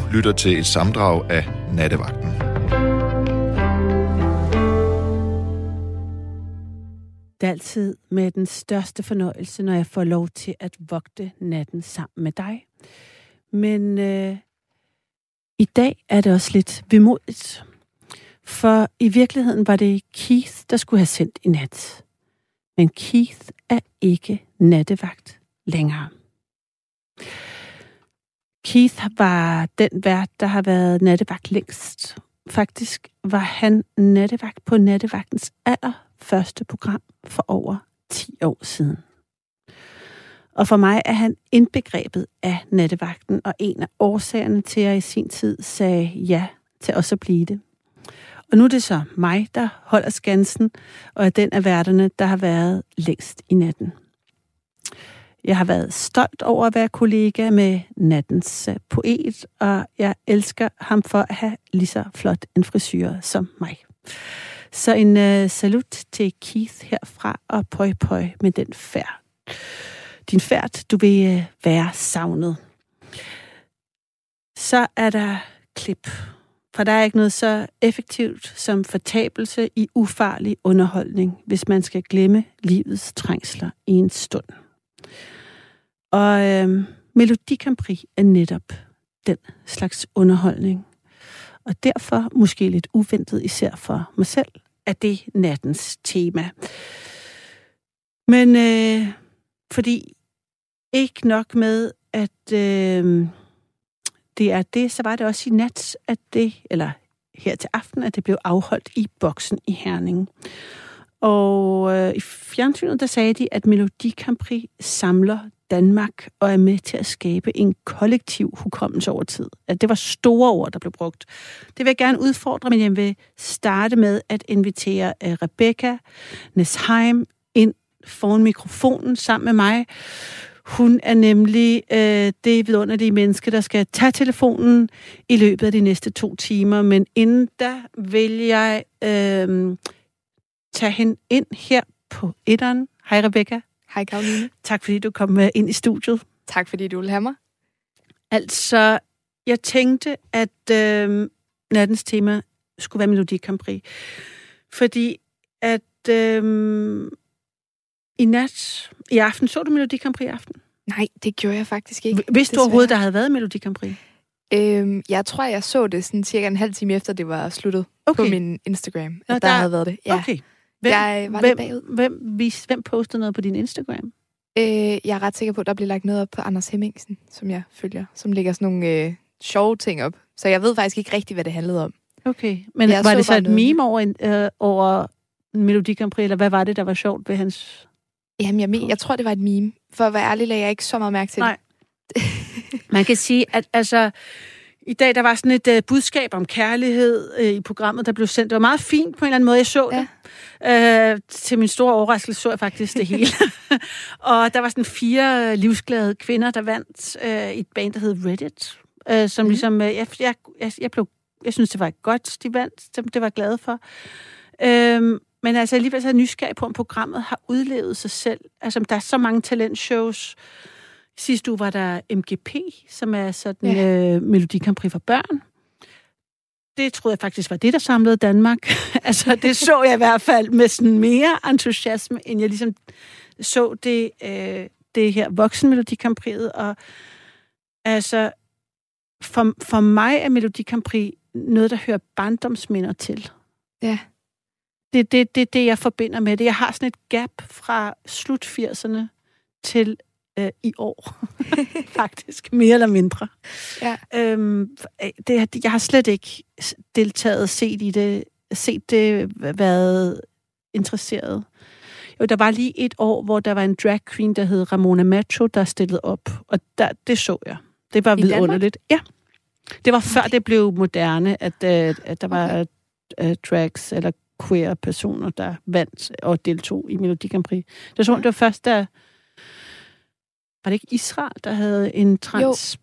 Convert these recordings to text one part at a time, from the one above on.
lytter til et sammendrag af Nattevagten. Det er altid med den største fornøjelse, når jeg får lov til at vogte natten sammen med dig. Men i dag er det også lidt vemodigt. For i virkeligheden var det Keith, der skulle have sendt i nat. Men Keith er ikke nattevagt længere. Keith var den vært, der har været nattevagt længst. Faktisk var han nattevagt på nattevagtens allerførste program for over 10 år siden. Og for mig er han indbegrebet af nattevagten, og en af årsagerne til, at jeg i sin tid sagde ja til også at blive det. Og nu er det så mig, der holder skansen, og er den af værterne, der har været længst i natten. Jeg har været stolt over at være kollega med nattens poet, og jeg elsker ham for at have lige så flot en frisyr som mig. Så en salut til Keith herfra, og pøj pøj med den færd. Din færd, du vil være savnet. Så er der klip. For der er ikke noget så effektivt som fortabelse i ufarlig underholdning, hvis man skal glemme livets trængsler i en stund. Og Melodi Grand Prix er netop den slags underholdning. Og derfor, måske lidt uventet især for mig selv, er det nattens tema. Men fordi ikke nok med, at det er det, så var det også i nat, at det, eller her til aften, at det blev afholdt i Boksen i Herning. Og i fjernsynet, der sagde de, at Melodi Grand Prix samler Danmark og er med til at skabe en kollektiv hukommelse over tid. At det var store ord, der blev brugt. Det vil jeg gerne udfordre, men jeg vil starte med at invitere Rebecca Nesheim ind foran mikrofonen sammen med mig. Hun er nemlig det vidunderlige menneske, der skal tage telefonen i løbet af de næste 2 timer. Men inden da vil jeg tage hende ind her på etteren. Hej Rebecca. Hej Karoline. Tak fordi du kom ind i studiet. Tak fordi du vil have mig. Altså, jeg tænkte, at nattens tema skulle være Melodi Grand Prix. Fordi at i aften, så du Melodi Grand Prix i aften? Nej, det gjorde jeg faktisk ikke. Vidste du overhovedet, der havde været Melodi Grand Prix? Jeg tror, jeg så det sådan cirka en halv time efter, det var sluttet på min Instagram. Nå, der havde været det. Ja. Okay. Jeg var lidt bagud. Hvem postede noget på din Instagram? Jeg er ret sikker på, at der blev lagt noget op på Anders Hemmingsen, som jeg følger, som lægger sådan nogle sjove ting op. Så jeg ved faktisk ikke rigtigt, hvad det handlede om. Okay, men var det så et meme over Melodi Grand Prix, eller hvad var det, der var sjovt ved hans... Jamen, jeg tror, det var et meme. For at være ærlig, lagde jeg ikke så meget mærke til det. Man kan sige, at altså... I dag, der var sådan et budskab om kærlighed i programmet, der blev sendt. Det var meget fint på en eller anden måde, jeg så det. Til min store overraskelse så jeg faktisk det hele. Og der var sådan 4 livsglade kvinder, der vandt i et band, der hed Reddit. Som ligesom, jeg synes, det var godt, de vandt. Det var jeg glad for. Men altså alligevel så er jeg nysgerrig på, om programmet har udlevet sig selv. Altså, der er så mange talentshows. Sidste uge var der MGP, som er sådan Melodi Grand Prix for børn. Det troede jeg faktisk var det, der samlede Danmark. Altså, det så jeg i hvert fald med sådan mere entusiasme, end jeg ligesom så det her voksen Melodi Grand Prix'et. Og altså, for mig er Melodi Grand Prix noget, der hører barndomsminder til. Ja. Det er det, jeg forbinder med det. Jeg har sådan et gap fra slut 80'erne til i år. Faktisk. Mere eller mindre. Ja. Jeg har slet ikke deltaget, set det, været interesseret. Jo, der var lige et år, hvor der var en drag queen, der hed Ramona Macho, der stillede op. Og det så jeg. Det var vidunderligt. Ja. Det var før det blev moderne, at der var drags eller queer personer, der vandt og deltog i Melodi Grand Prix. Det var først, da var det ikke Israel, der havde en trans...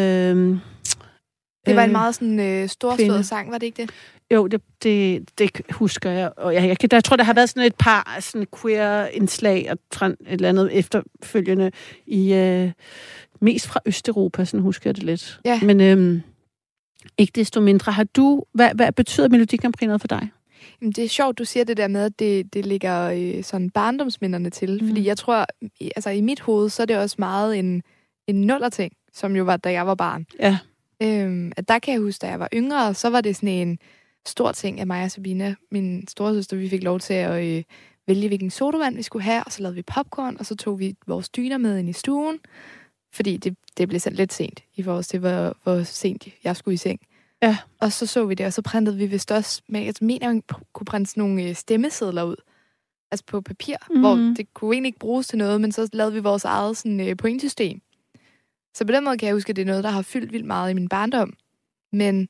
det var en meget sådan storslået sang, var det ikke det? Jo, det husker jeg. Og jeg tror, der har været sådan et par sådan queer-indslag og et eller andet efterfølgende i mest fra Østeuropa, sådan husker jeg det lidt. Ja. Men Ikke desto mindre. Hvad betyder Melodi Grand Prix noget for dig? Jamen, det er sjovt, du siger det der med, at det ligger sådan barndomsminderne til. Fordi jeg tror, altså i mit hoved, så er det også meget en nullerting, som jo var, da jeg var barn. Ja. At der kan jeg huske, da jeg var yngre, så var det sådan en stor ting af mig og Sabina, min storesøster, vi fik lov til at vælge, hvilken sodavand vi skulle have, og så lavede vi popcorn, og så tog vi vores dyner med ind i stuen, fordi det blev sådan lidt sent i forhold til, hvor sent jeg skulle i seng. Ja. Og så vi det, og så printede vi vist også med, jeg mener, man kunne printe sådan nogle stemmesedler ud, altså på papir, hvor det kunne egentlig ikke bruges til noget, men så lavede vi vores eget sådan, pointsystem. Så på den måde kan jeg huske, at det er noget, der har fyldt vildt meget i min barndom. Men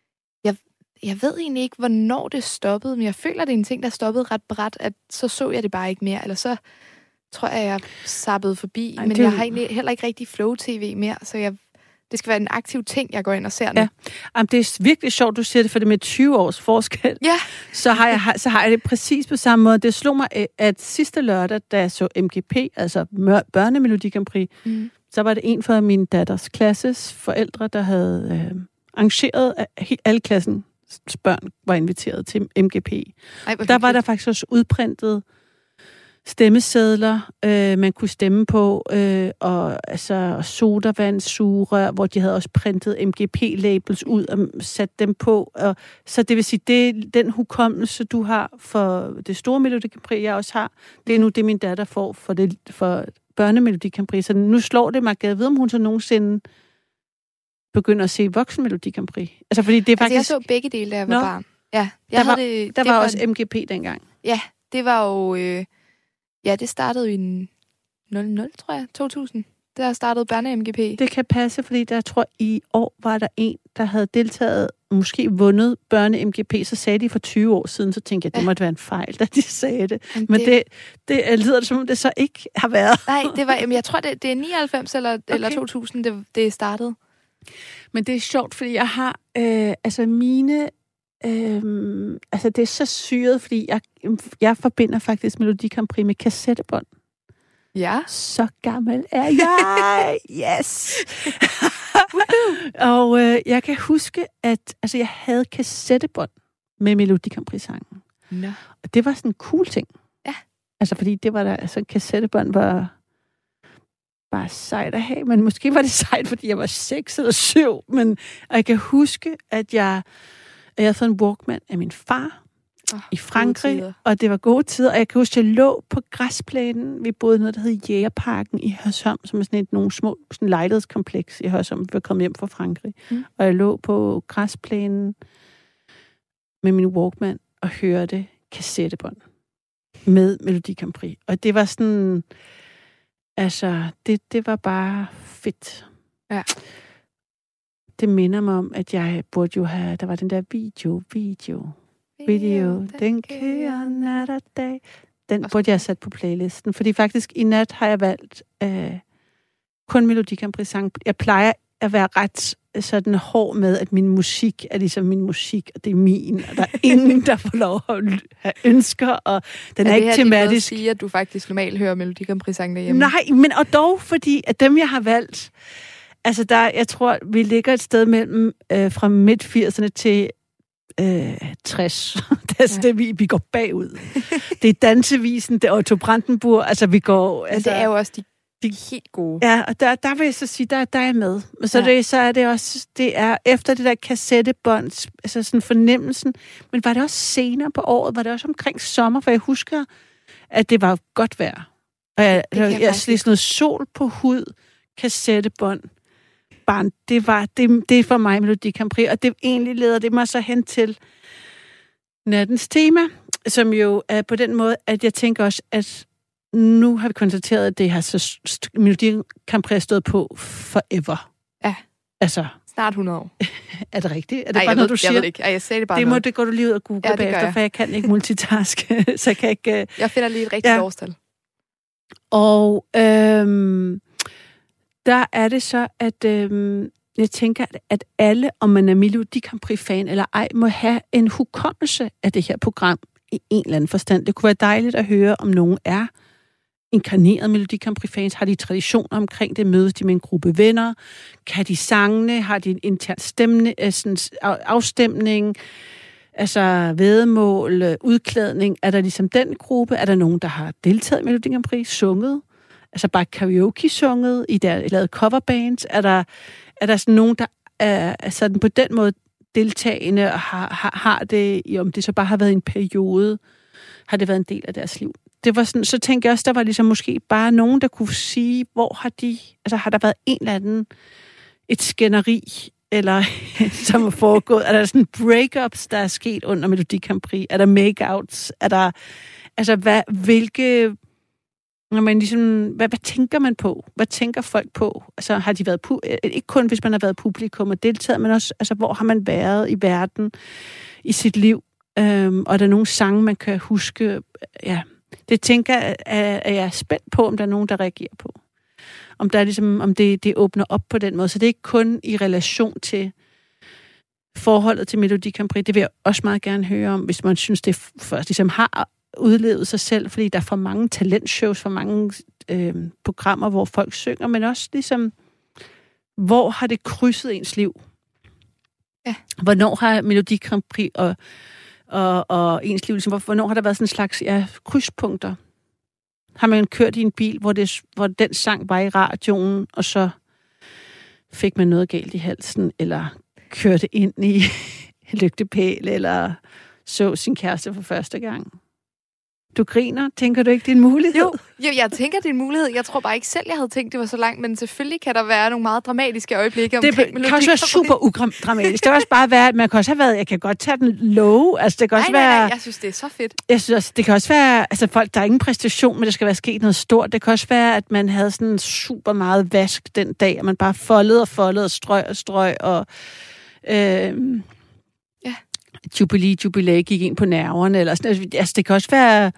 jeg ved egentlig ikke, hvornår det stoppede, men jeg føler, at det er en ting, der stoppede ret brat, at så jeg det bare ikke mere, eller så tror jeg zappede forbi, men jeg har egentlig heller ikke rigtig Flow-TV mere, så det skal være en aktiv ting, jeg går ind og ser nu. Ja. Jamen, det er virkelig sjovt, du siger det, for det med 20 års forskel. Ja. så har jeg det præcis på samme måde. Det slog mig, at sidste lørdag, da jeg så MGP, altså Børnemelodi Grand Prix, så var det en fra min datters klasses forældre, der havde arrangeret, at alle klassens børn var inviteret til MGP. Der var der faktisk også udprintet stemmesedler, man kunne stemme på, og altså sodavandsugerør, hvor de havde også printet MGP-labels ud og sat dem på. Og, så det vil sige, den hukommelse, du har for det store Melodi Grand Prix, jeg også har, det er nu det, min datter får for Børnemelodi Grand Prix. Så nu slår det mig, jeg ved, om hun så nogensinde begynder at se voksen Melodi Grand Prix. Altså, fordi det er faktisk... jeg så begge dele, da jeg var barn. Ja, der var også MGP dengang. Ja, det var jo... det startede jo i 00, tror jeg, 2000. Der startede børne-MGP. Det kan passe, fordi der tror i år var der en, der havde deltaget, måske vundet børne-MGP, så sagde de for 20 år siden, så tænkte jeg, det måtte være en fejl, da de sagde det. Men det lyder det, som om det så ikke har været. Nej, det var, jeg tror, det er 99 eller 2000, det startede. Men det er sjovt, fordi jeg har, mine... det er så syret, fordi jeg forbinder faktisk Melodi Grand Prix med kassettebånd. Ja. Så gammel er jeg! Yes! Og jeg kan huske, at jeg havde kassettebånd med Melodi Grand Prix-sangen. No. Og det var sådan en cool ting. Ja. Altså, fordi det var der, kassettebånd var bare sejt at have, men måske var det sejt, fordi jeg var 6 eller 7, og jeg kan huske, at jeg havde fået en Walkman af min far i Frankrig, og det var gode tider, og jeg kan huske, at jeg lå på græsplænen. Vi boede noget, der hed Jægerparken i Hørsholm, som er sådan nogle små lejlighedskompleks i Hørsholm. Vi var kommet hjem fra Frankrig, og jeg lå på græsplænen med min Walkman og hørte kassettebånd med Melodi Grand Prix. Og det var sådan, det var bare fedt. Ja. Det minder mig om, at jeg burde jo have... Der var den der video. Den kører nat og dag. Den burde jeg have sat på playlisten. Fordi faktisk i nat har jeg valgt kun Melodi Grand Prix-sang. Jeg plejer at være ret sådan hård med, at min musik er ligesom min musik, og det er min, og der er ingen, der får lov at have ønsker, og den er ikke tematisk. Det her, sige, at du faktisk normalt hører Melodi Grand Prix-sang derhjemme? Nej, men og dog, fordi at dem, jeg har valgt... jeg tror, vi ligger et sted mellem fra midt-80'erne til 60. Det vi går bagud. Det er Dansevisen, det er Otto Brandenburg, vi går... det er jo også de helt gode. Ja, og der vil jeg så sige, der er jeg med. Så er det også... Det er efter det der kassettebånd, sådan fornemmelsen, men var det også senere på året? Var det også omkring sommer? For jeg husker, at det var godt vejr. Og jeg sådan noget sol på hud, kassettebånd. Barn, det er for mig Melodi Grand Prix, og det egentlig leder det mig så hen til nattens tema, som jo er på den måde, at jeg tænker også, at nu har vi konstateret, at det har så Melodi Grand Prix stået på forever. Ja. Snart 100 år. Er det rigtigt? Er det bare noget, du siger? Jeg ved det ikke. Jeg sagde det bare det går du lige ud og google bagefter, for jeg kan ikke multitaske, så jeg kan ikke... Jeg finder lige et rigtigt årstal. Og der er det så, at jeg tænker, at alle, om man er Melodi Grand Prix-fan eller ej, må have en hukommelse af det her program i en eller anden forstand. Det kunne være dejligt at høre, om nogen er inkarnerede Melodi Grand Prix-fans? Har de traditioner omkring det? Mødes de med en gruppe venner? Kan de sangene? Har de en intern afstemning? Altså væddemål, udklædning? Er der ligesom den gruppe? Er der nogen, der har deltaget i Melodi Grand Prix, sunget? Altså bare karaoke sunget? I der lavet coverbands? Er der sådan nogen, der er sådan på den måde deltagende og har det, om det så bare har været en periode, har det været en del af deres liv? Det var sådan, så tænker jeg også, der var ligesom måske bare nogen, der kunne sige, hvor har der været en eller anden, et skænderi, eller som er foregået? Er der sådan breakups, der er sket under Melodi Grand Prix? Er der make-outs? Er der, altså når man ligesom, hvad tænker man på? Hvad tænker folk på? Altså har de været ikke kun hvis man har været publikum og deltaget, men også altså hvor har man været i verden i sit liv? Og er der nogle sange man kan huske? Ja, det tænker jeg, er jeg spændt på, om der er nogen der reagerer på. Om der er ligesom, om det åbner op på den måde, så det er ikke kun i relation til forholdet til Melodi Grand Prix. Det vil jeg også meget gerne høre om, hvis man synes det først ligesom har udlevet sig selv, fordi der er for mange talentshows, for mange programmer, hvor folk synger, men også ligesom, hvor har det krydset ens liv? Ja. Hvornår har Melodi Grand Prix og ens liv, ligesom, hvornår har der været sådan en slags krydspunkter? Har man kørt i en bil, hvor den sang var i radioen, og så fik man noget galt i halsen, eller kørte ind i en lygtepæl, eller så sin kæreste for første gang? Du griner. Tænker du ikke, det er en mulighed? Jo, jeg tænker, det er en mulighed. Jeg tror bare ikke selv, jeg havde tænkt, det var så langt, men selvfølgelig kan der være nogle meget dramatiske øjeblikke omkring Melodi. Det kan også være super udramatisk. Det kan også bare være, at man kan også have været, jeg kan godt tage den low. Altså, det kan også være... Nej, jeg synes, det er så fedt. Jeg synes også, det kan også være, altså folk, der er ingen præstation, men der skal være sket noget stort. Det kan også være, at man havde sådan super meget vask den dag, og man bare foldede og strøg og jubilæ gik ind på nerverne, eller sådan. Altså, det kan også være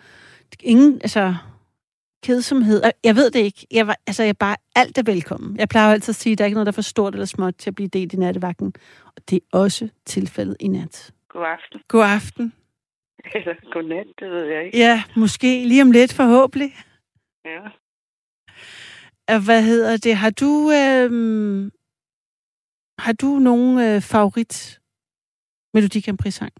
kedsomhed. Jeg ved det ikke. Jeg bare alt er velkommen. Jeg plejer altid at sige, at der er ikke noget, der er for stort eller småt til at blive delt i nattevagten. Og det er også tilfældet i nat. God aften. God aften. Eller god nat, det ved jeg ikke. Ja, måske lige om lidt forhåbentlig. Ja. Hvad hedder det? Har du nogen favorit Melodi Grand Prix-sang?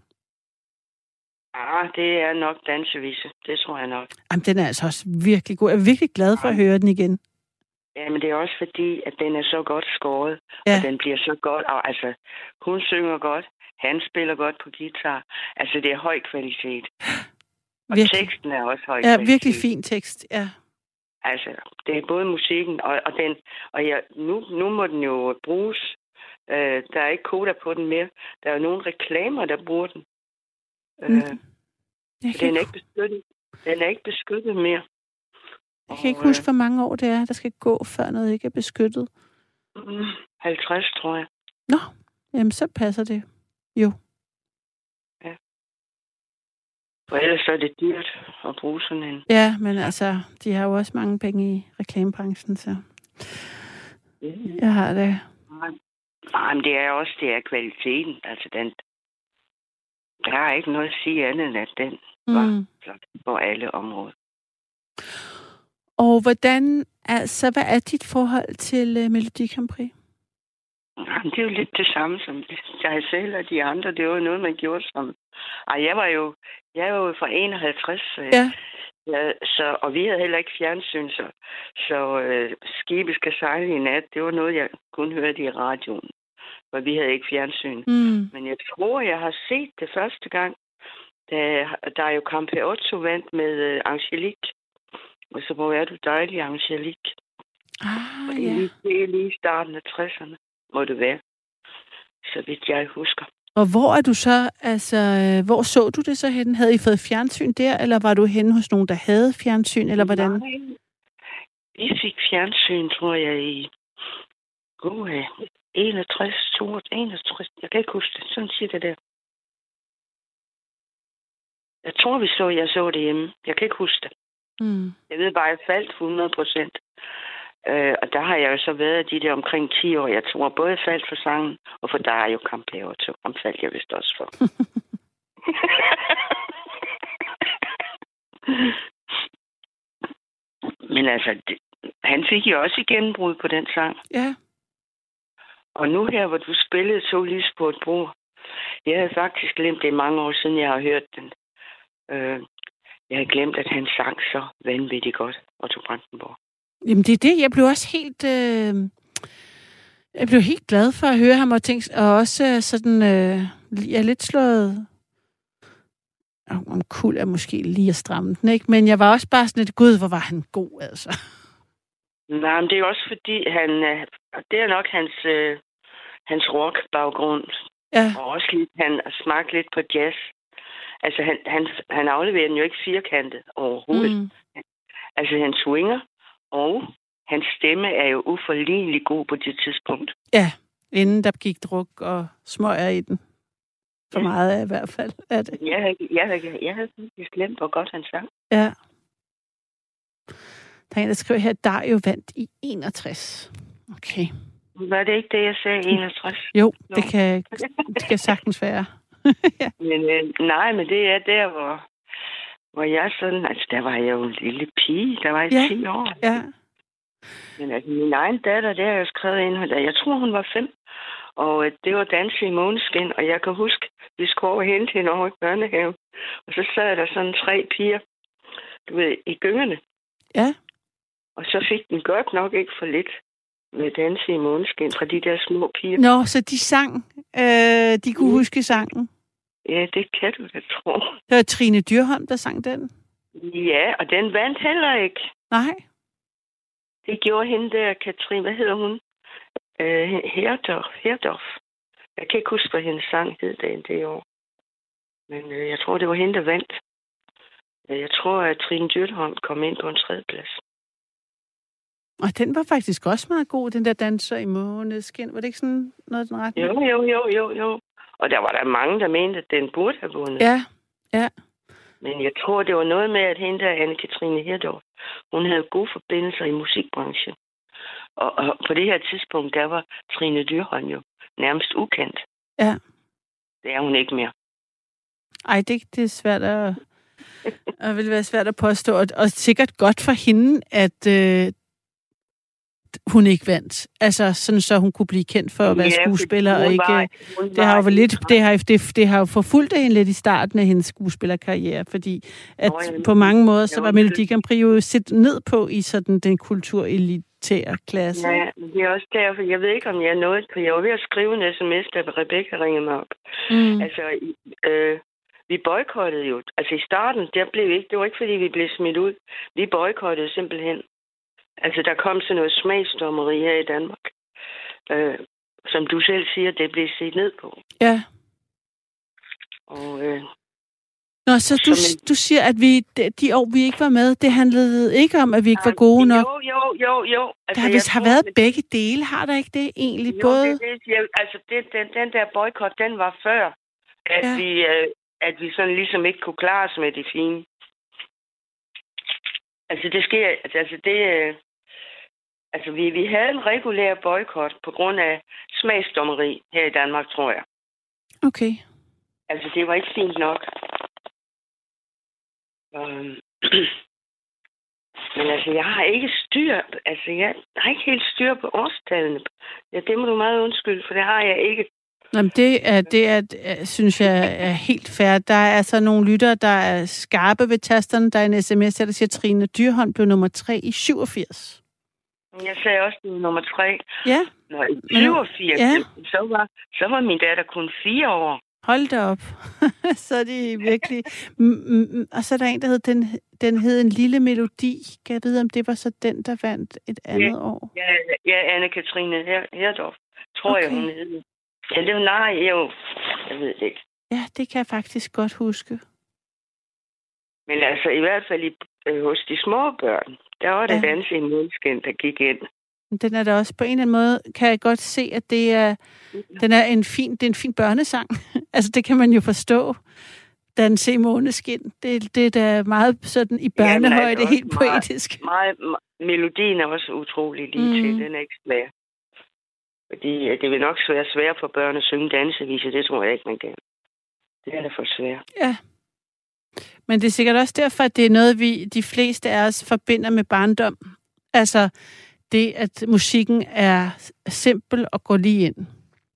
Det er nok Dansevise. Det tror jeg nok. Jamen, den er altså også virkelig god. Jeg er virkelig glad for at høre den igen. Ja, men det er også fordi, at den er så godt skåret. Ja. Og den bliver så godt. Og altså, hun synger godt. Han spiller godt på guitar. Altså, det er høj kvalitet. Og virkelig. Teksten er også høj kvalitet. Ja, virkelig fin tekst, ja. Altså, det er både musikken nu må den jo bruges. Der er ikke koder på den mere. Der er jo nogle reklamer, der bruger den. Den er ikke beskyttet. Den er ikke beskyttet mere. Jeg kan ikke huske, hvor mange år det er, der skal gå, før noget ikke er beskyttet. 50, tror jeg. Nå, jamen så passer det jo. Ja. For ellers er det dyrt at bruge sådan en. Ja, men altså, de har jo også mange penge i reklamebranchen, så jeg har det. Nej, men det er kvaliteten. Altså der er ikke noget at sige andet, end at den var flot på alle områder. Og hvad er dit forhold til Melodi Grand Prix? Jamen, det er jo lidt det samme som jeg selv og de andre. Det var jo noget, man gjorde sammen. Jeg er jo fra 51. Ja. Og vi havde heller ikke fjernsyn, så skibet skal sejle i nat. Det var noget, jeg kun hørte i radioen. For vi havde ikke fjernsyn. Men jeg tror, jeg har set det første gang, da der er jo Campe Otto vandt med Angelique. Og så hvor er du dejlig, Angelique. Og det er lige starten af 60'erne, må det være. Så vidt jeg husker. Og hvor er du så, hvor så du det så henne? Havde I fået fjernsyn der, eller var du henne hos nogen, der havde fjernsyn, eller hvordan? Nej, vi fik fjernsyn, tror jeg, i 61, 61, jeg kan ikke huske det, sådan cirka der. Jeg tror, jeg så det hjemme. Jeg kan ikke huske det. Jeg ved bare, at jeg faldt 100%. Og der har jeg jo så været de der omkring 10 år. Jeg tror både jeg faldt for sangen, og for der er jo Campe Otto. Ham faldt jeg vist også for. Men altså, han fik jo også gennembrud på den sang. Ja. Og nu her, hvor du spillede Så lige på et bord, jeg havde faktisk glemt det mange år siden, jeg har hørt den. Jeg havde glemt, at han sang så vanvittigt godt, Otto Brandenburg. Jamen, det er det. Jeg blev også helt... Jeg blev helt glad for at høre ham og også sådan... jeg er lidt slået... Om kul er måske lige at stramme den, ikke? Men jeg var også bare sådan lidt, gud, hvor var han god, altså. Nej, men det er også fordi, det er nok hans rock-baggrund. Ja. Og også lidt, han smagte lidt på jazz. Altså, han afleverer den jo ikke firkantet overhovedet. Mm. Altså, han swinger, og hans stemme er jo uforlignelig god på det tidspunkt. Ja, inden der gik druk og smøger i den. For meget i hvert fald er det. Jeg havde faktisk glemt, hvor godt han sang. Ja. Der er en, der skriver her, at Dario vandt i 61. Okay. Var det ikke det, jeg sagde, 61? Jo, det kan sagtens være. Ja. Men det er der, hvor jeg sådan... Altså, der var jeg jo en lille pige. Der var jeg 10 år. Ja. Men altså, min egen datter, der har jeg skrevet ind. Jeg tror, hun var 5. Og det var Danse i Måneskin. Og jeg kan huske, vi skulle over og hente hende over i børnehaven. Og så sad der sådan 3 piger, du ved, i gyngerne. Ja. Og så fik den godt nok ikke for lidt med Danse i Måneskin fra de der små piger. Nå, så de sang. De kunne huske sangen. Ja, det kan du da tro. Det var Trine Dyrholm, der sang den. Ja, og den vandt heller ikke. Nej. Det gjorde hende der, Katrine. Hvad hedder hun? Herdorf. Jeg kan ikke huske, hvad hendes sang hed det år. Men jeg tror, det var hende, der vandt. Jeg tror, at Trine Dyrholm kom ind på en 3. plads. Og den var faktisk også meget god, den der Danser i Måneskin. Var det ikke sådan noget den retning? Jo. Og der var der mange, der mente, at den burde have vundet. Ja. Men jeg tror, det var noget med, at hende der, Anne-Katrine Herdorf, hun havde gode forbindelser i musikbranchen. Og på det her tidspunkt, der var Trine Dyrholm jo nærmest ukendt. Ja. Det er hun ikke mere. Ej, det er svært at... og vil være svært at påstå. Og sikkert godt for hende, at hun ikke vandt. Altså, sådan så hun kunne blive kendt for at være skuespiller, og ikke... Det har jo forfulgt hende lidt i starten af hendes skuespillerkarriere, fordi at på mange måder, så var Melodi Grand Prix jo set ned på i sådan den kulturelitære klasse. Ja, det er også derfor. Jeg ved ikke, om jeg nåede, for jeg var ved at skrive en sms, da Rebecca ringede mig op. Mm. Altså, vi boykottede jo. Altså i starten, det var ikke, fordi vi blev smidt ud. Vi boykottede simpelthen. Altså, der kom sådan noget smagsdommeri her i Danmark. Som du selv siger, det blev set ned på. Ja. Og, Nå, så du siger, at de år, vi ikke var med, det handlede ikke om, at vi ikke var gode nok? Jo. Altså, har været begge dele, har der ikke det egentlig? Jo, både... den der boykot, den var før, at vi sådan ligesom ikke kunne klare os med det fine. Altså, det sker... vi havde en regulær boykot på grund af smagsdommeri her i Danmark, tror jeg. Okay. Altså, det var ikke fint nok. Men altså, jeg har ikke styr... Altså, jeg har ikke helt styr på årstallene. Ja, det må du meget undskylde, for det har jeg ikke. Jamen, det synes jeg er helt fair. Der er altså nogle lyttere, der er skarpe ved tasterne. Der er en sms, der siger, at Trine Dyrholm blev nummer 3 i 87. Jeg sagde også, at det var nummer 3. Ja. Nå, i 87, ja. Så var min datter kun 4 år. Hold da op. Så er de virkelig... Og så er der en, der hed, den hed En Lille Melodi. Kan jeg vide, om det var så den, der vandt et andet år? Ja, Anne-Katrine Herdorf, tror jeg, hun hed. Ja, det var jeg ved det ikke. Ja, det kan jeg faktisk godt huske. Men altså, i hvert fald hos de små børn, der var det Danse i Måneskin, der gik ind. Den er da også på en eller anden måde, kan jeg godt se, at det er en fin børnesang. Altså, det kan man jo forstå. Danse i Måneskin. Det er da meget sådan i børnehøjde, det er helt poetisk. Melodien er også utrolig lige til. Den er ikke svær. Fordi det vil nok være svært for børn at synge danseviser. Det tror jeg ikke, man kan. Det er da for svært. Ja. Men det er sikkert også derfor, at det er noget, de fleste af os forbinder med barndom. Altså det, at musikken er simpel og går lige ind.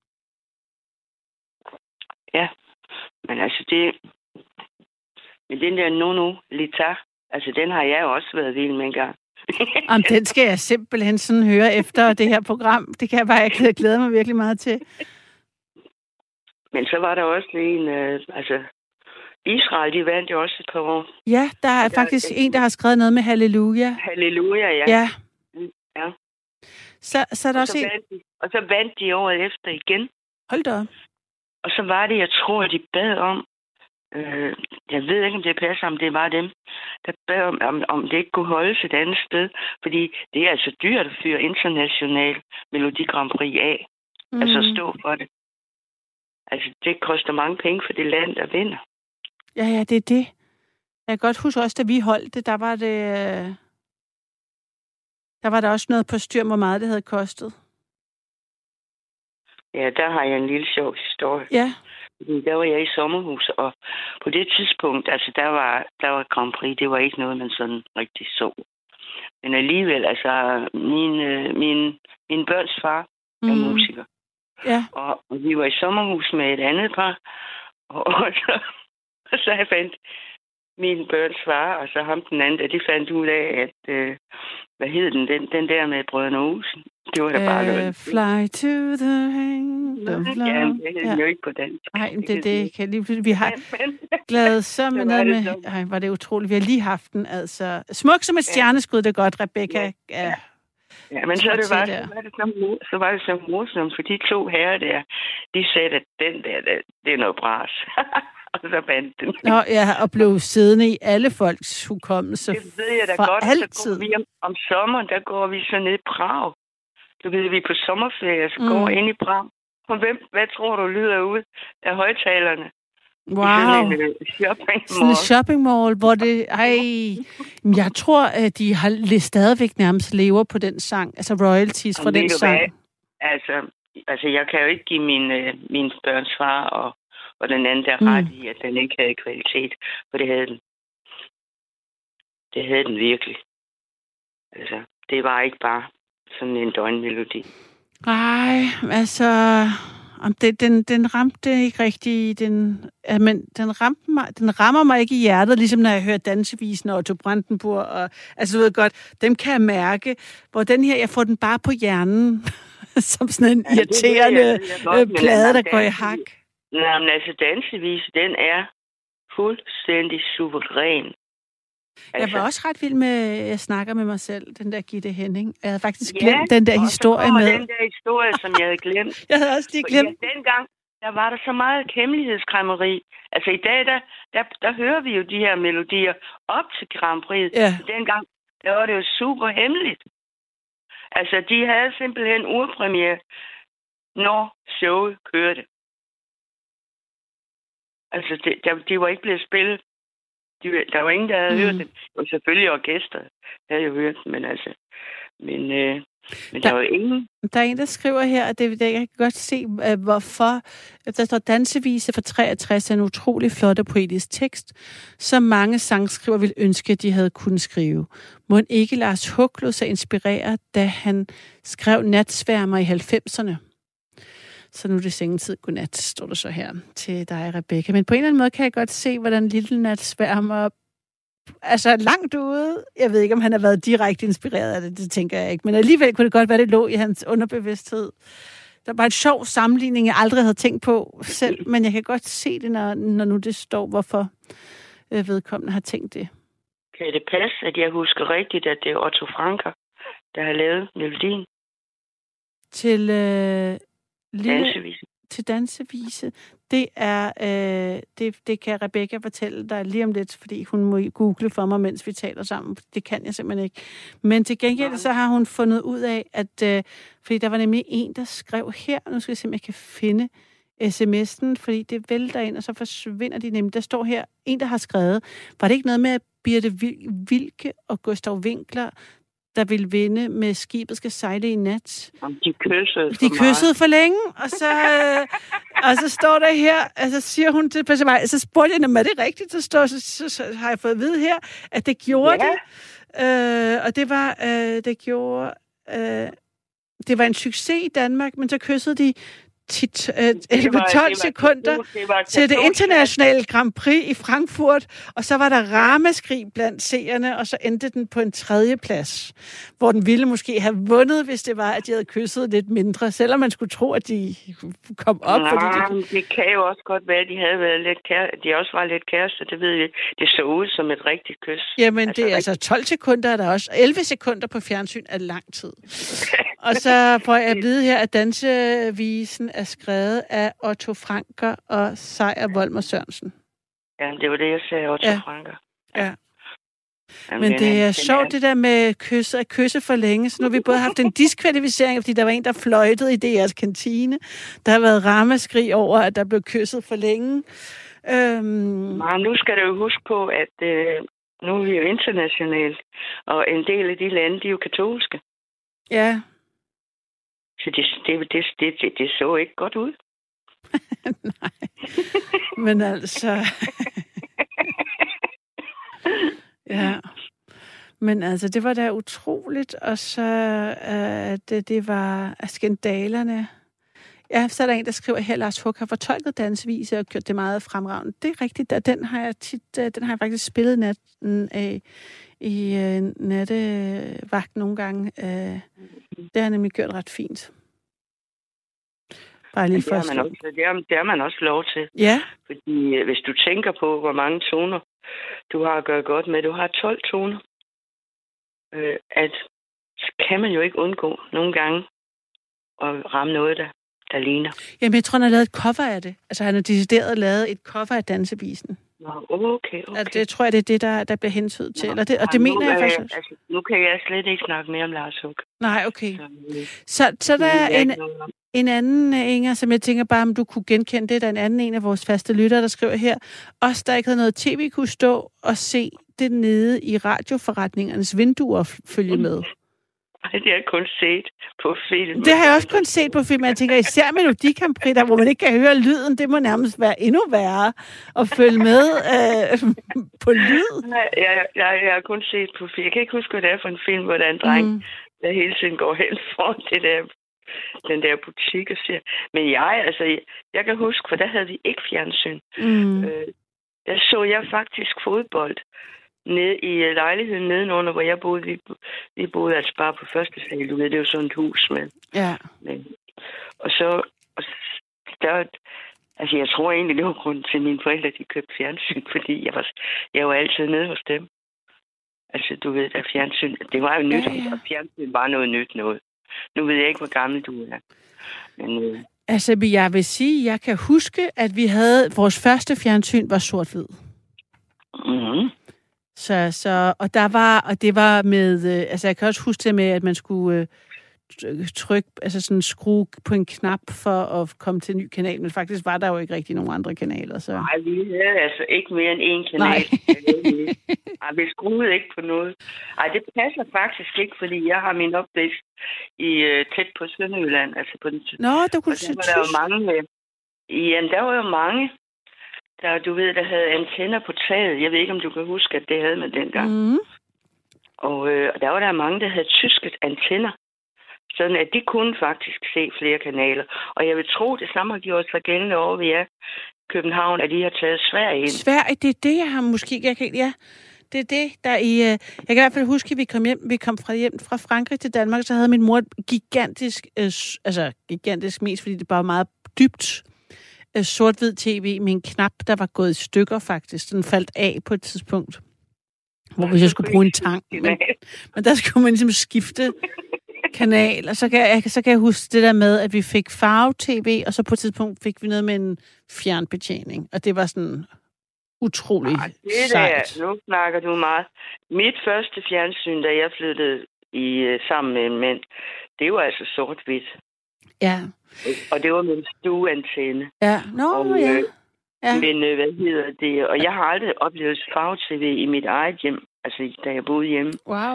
Ja, men altså det... Men den der Nono Lita, altså den har jeg jo også været vild med en gang. Jamen, den skal jeg simpelthen sådan høre efter det her program. Det kan jeg bare glæde mig virkelig meget til. Men så var der også en, altså Israel, de vandt jo også et par år. Ja, der er faktisk en, der har skrevet noget med Halleluja. Halleluja, ja. Ja. Ja. Så er der også en... Og så vandt de året efter igen. Hold da op. Og så var det, jeg tror, de bad om, jeg ved ikke, om det passer, om det var dem, der bad om det ikke kunne holdes et andet sted, fordi det er altså dyrt at fyre international Melodi Grand Prix af. Altså stå for det. Altså, det koster mange penge for det land, der vinder. Ja, det er det. Jeg kan godt huske også, da vi holdt det, der var der også noget på styr, hvor meget det havde kostet. Ja, der har jeg en lille sjov historie. Ja. Der var jeg i sommerhus, og på det tidspunkt, altså der var Grand Prix, det var ikke noget, man sådan rigtig så. Men alligevel, altså min børns far er musiker. Ja. Og vi var i sommerhus med et andet par, og så jeg fandt min børns far, og så ham den anden, de fandt ud af, at, hvad hed den der med Brødrene Olsen? Det var da bare noget. Fly to the rain. Ja, det hed jo ikke på dansk. Nej, det kan lige... Vi har glædet så med noget med... Ej, var det utroligt. Vi har lige haft den, altså... Smuk som et stjerneskud, det er godt, Rebecca. Ja, men så var det så morsomt, for de to herrer der, de sagde, at den der, det er noget bras. Og så vandt den. Nå, ja, og blev siddende i alle folks hukommelse. Det ved jeg da godt. Altid. Så går vi om sommeren, der går vi så ned i Prag. Så ved vi på sommerferie, så går ind i Prag. Og hvad tror du lyder ud af højtalerne? Wow. Sådan en shopping mall, hvor det... jeg tror, at de har stadigvæk nærmest lever på den sang. Altså royalties fra den sang. Altså, jeg kan jo ikke give min børns far og den anden der ret i, at den ikke havde kvalitet. For det havde den. Det havde den virkelig. Altså, det var ikke bare sådan en døgnmelodi. Nej, altså... Den ramte ikke rigtig... Men den rammer mig ikke i hjertet, ligesom når jeg hører dansevisen og Otto Brandenburg. Og, altså, du ved godt, dem kan jeg mærke. Hvor den her, jeg får den bare på hjernen. Som sådan en irriterende plade, der går i hak. Nej, men altså, dansevisen, den er fuldstændig suveræn. Jeg var også ret vild med, jeg snakker med mig selv, den der Gitte Henning. Jeg havde faktisk glemt den der historie med. Den der historie, som jeg havde glemt. Jeg havde også lige glemt. Ja, dengang, der var der så meget hemmelighedskræmmeri. Altså i dag, der hører vi jo de her melodier op til Grand Prix. Ja. Dengang, der var det jo super hemmeligt. Altså, de havde simpelthen urpremiere, når showet kørte. Altså, de var ikke blevet spillet. Der var ingen, der havde hørt det. Og selvfølgelig orkestret havde jo hørt men altså... Men der var jo ingen... Der er en, der skriver her, at jeg kan godt se, hvorfor. Der står dansevise fra 63 er en utrolig flot og poetisk tekst, som mange sangskriver ville ønske, at de havde kunnet skrive. Må ikke Lars Huck lod sig inspirere, da han skrev Natsværmer i 90'erne? Så nu er det sengetid. Godnat, står der så her til dig, Rebecca. Men på en eller anden måde kan jeg godt se, hvordan Lille Natsværmer altså langt ude. Jeg ved ikke, om han har været direkte inspireret af det tænker jeg ikke. Men alligevel kunne det godt være, det lå i hans underbevidsthed. Der var et sjov sammenligning, jeg aldrig havde tænkt på selv, men jeg kan godt se det, når nu det står, hvorfor vedkommende har tænkt det. Kan det passe, at jeg husker rigtigt, at det er Otto Franker, der har lavet melodien? Til dansevise. Til dansevise. Det er det kan Rebecca fortælle dig lige om lidt, fordi hun må google for mig, mens vi taler sammen. Det kan jeg simpelthen ikke. Men til gengæld så har hun fundet ud af, at fordi der var nemlig en, der skrev her, nu skal jeg se, om jeg kan finde sms'en, fordi det vælter ind, og så forsvinder de nemlig. Der står her, en, der har skrevet, var det ikke noget med, at Birte Wilke og Gustav Winkler, der ville vinde med Skibet skal sejle i nat. De kyssede De kyssede for længe, og så står der her, altså siger hun til mig, så spurgte jeg, er det rigtigt? Så har jeg fået at vide her, at det gjorde det. Og det var, det var en succes i Danmark, men så kyssede de 12 sekunder til det internationale Grand Prix i Frankfurt, og så var der ramaskrig blandt seerne, og så endte den på en 3. plads, hvor den ville måske have vundet, hvis det var, at de havde kysset lidt mindre, selvom man skulle tro, at de kom op. Det kan jo også godt være, at de havde været lidt de også var lidt kærester, det ved vi. Det så ud som et rigtigt kys. Jamen, det er altså 12 sekunder, er der også 11 sekunder på fjernsyn er lang tid. Og så får jeg at vide her, at dansevisen er skrevet af Otto Franker og Sejer Volmer Sørensen. Ja, det var det, jeg sagde, Otto Franker. Ja. Men det er sjovt, det der med at kysse for længe. Så nu har vi både haft en diskvalificering, fordi der var en, der fløjtede i DR's kantine. Der har været ramaskrig over, at der blev kysset for længe. Nu skal du jo huske på, at nu er vi jo internationalt, og en del af de lande, de er jo katolske. Ja. Så det så ikke godt ud. Nej. Men altså... ja. Men altså, det var da utroligt. Og så det var skandalerne. Ja, så er der en, der skriver her, Lars Huck har fortolket dansevise og gjort det meget fremragende. Det er rigtigt, og den har jeg faktisk spillet natten i nattevagt nogle gange. Det har nemlig gjort ret fint. Bare lige for det har man også lov til. Ja. Fordi hvis du tænker på, hvor mange toner du har at gøre godt med, du har 12 toner, så kan man jo ikke undgå nogle gange at ramme noget, der ligner. Jamen, jeg tror, han har lavet et cover af det. Altså, han har decideret lavet et cover af dansevisen. Okay. Altså, det tror jeg, det er det, der bliver hentydet til. Og det mener jeg faktisk. Altså, nu kan jeg slet ikke snakke mere om Lars Huck. Nej, okay. Så der er en anden, Inger, som jeg tænker bare, om du kunne genkende det. Der er en anden en af vores faste lyttere, der skriver her. Os, der ikke havde noget tv, kunne stå og se det nede i radioforretningernes vinduer følge med. Det har jeg kun set på film. Det har jeg også kun set på film. Jeg tænker, især Melodi Grand Prix, der hvor man ikke kan høre lyden, det må nærmest være endnu værre at følge med på lyd. Jeg har kun set på film. Jeg kan ikke huske, hvad det er for en film, hvor der er en dreng, der hele tiden går hen foran den der butik og siger. Men jeg kan huske, for der havde vi ikke fjernsyn. Der så jeg faktisk fodbold nede i lejligheden nedenunder, hvor jeg boede. Vi boede altså bare på første sal, du ved, det er jo sådan et hus med. Ja. Og der, altså jeg tror egentlig, det var grunden til mine forældre, de købte fjernsyn, fordi jeg var altid nede hos dem. Altså, du ved, der fjernsyn, det var jo nyt, og fjernsyn var noget nyt noget. Nu ved jeg ikke, hvor gammel du er. Men, altså, jeg vil sige, jeg kan huske, at vi havde, vores første fjernsyn var sort-hvid. Mhm. Og det var med, altså jeg kan også huske det med, at man skulle trykke, altså sådan skrue på en knap for at komme til en ny kanal, men faktisk var der jo ikke rigtig nogen andre kanaler. Så. Nej, vi havde altså ikke mere end én kanal. Nej, vi skruede ikke på noget. Nej, det passer faktisk ikke, fordi jeg har min opvækst tæt på Sønderjylland, altså på den. Nå, der kunne du der var mange. Jamen, der var jo mange. Du ved, der havde antenner på taget. Jeg ved ikke, om du kan huske, at det havde man dengang. Mm. Og der var der mange, der havde tyske antenner. Sådan at de kunne faktisk se flere kanaler. Og jeg vil tro, det samme har gjort sig gældende over ved København, at de har taget Sverige ind. Sverige, det er det, jeg har måske... Ja, det er det, der i... Jeg kan i hvert fald huske, at vi kom hjem fra Frankrig til Danmark, så havde min mor gigantisk... gigantisk mest, fordi det bare var meget dybt sort-hvid tv med en knap, der var gået i stykker faktisk. Den faldt af på et tidspunkt, hvor hvis jeg skulle bruge en tang. Men der skulle man ligesom skifte kanal, og så kan jeg huske det der med, at vi fik farve-tv, og så på et tidspunkt fik vi noget med en fjernbetjening, og det var sådan utrolig sejt. Nu snakker du meget. Mit første fjernsyn, da jeg flyttede sammen med en mand, det var altså sort-hvidt. Ja. Og det var med en stueantenne. Ja, ja. Men hvad hedder det? Og jeg har aldrig oplevet farve-tv i mit eget hjem, altså da jeg boede hjemme. Wow.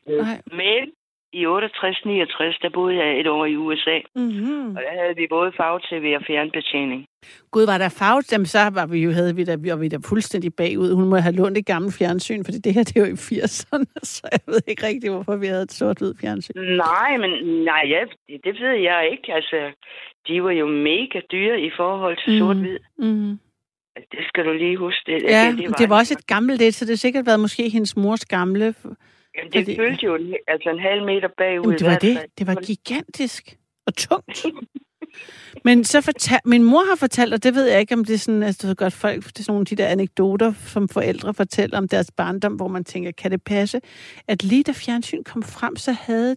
Men i 68-69, der boede jeg et år i USA. Mm-hmm. Og der havde vi både farve-tv og fjernbetjening. Gud, var der farve? Jamen, så var vi da fuldstændig bagud. Hun må have lånt et gammelt fjernsyn, for det her, det er jo i 80'erne, så jeg ved ikke rigtig, hvorfor vi havde et sort-hvid fjernsyn. Nej, det ved jeg ikke. Altså, de var jo mega dyre i forhold til sort-hvid. Mm. Det skal du lige huske. Det var også et gammelt så det har sikkert været måske hendes mors gamle. Jamen, det fyldte jo en halv meter bagud. Jamen, det var det. Det var gigantisk og tungt. Men så min mor har fortalt, og det ved jeg ikke, om det er sådan, altså, du ved godt, folk, det er sådan nogle af de der anekdoter, som forældre fortæller om deres barndom, hvor man tænker, kan det passe, at lige da fjernsyn kom frem, så havde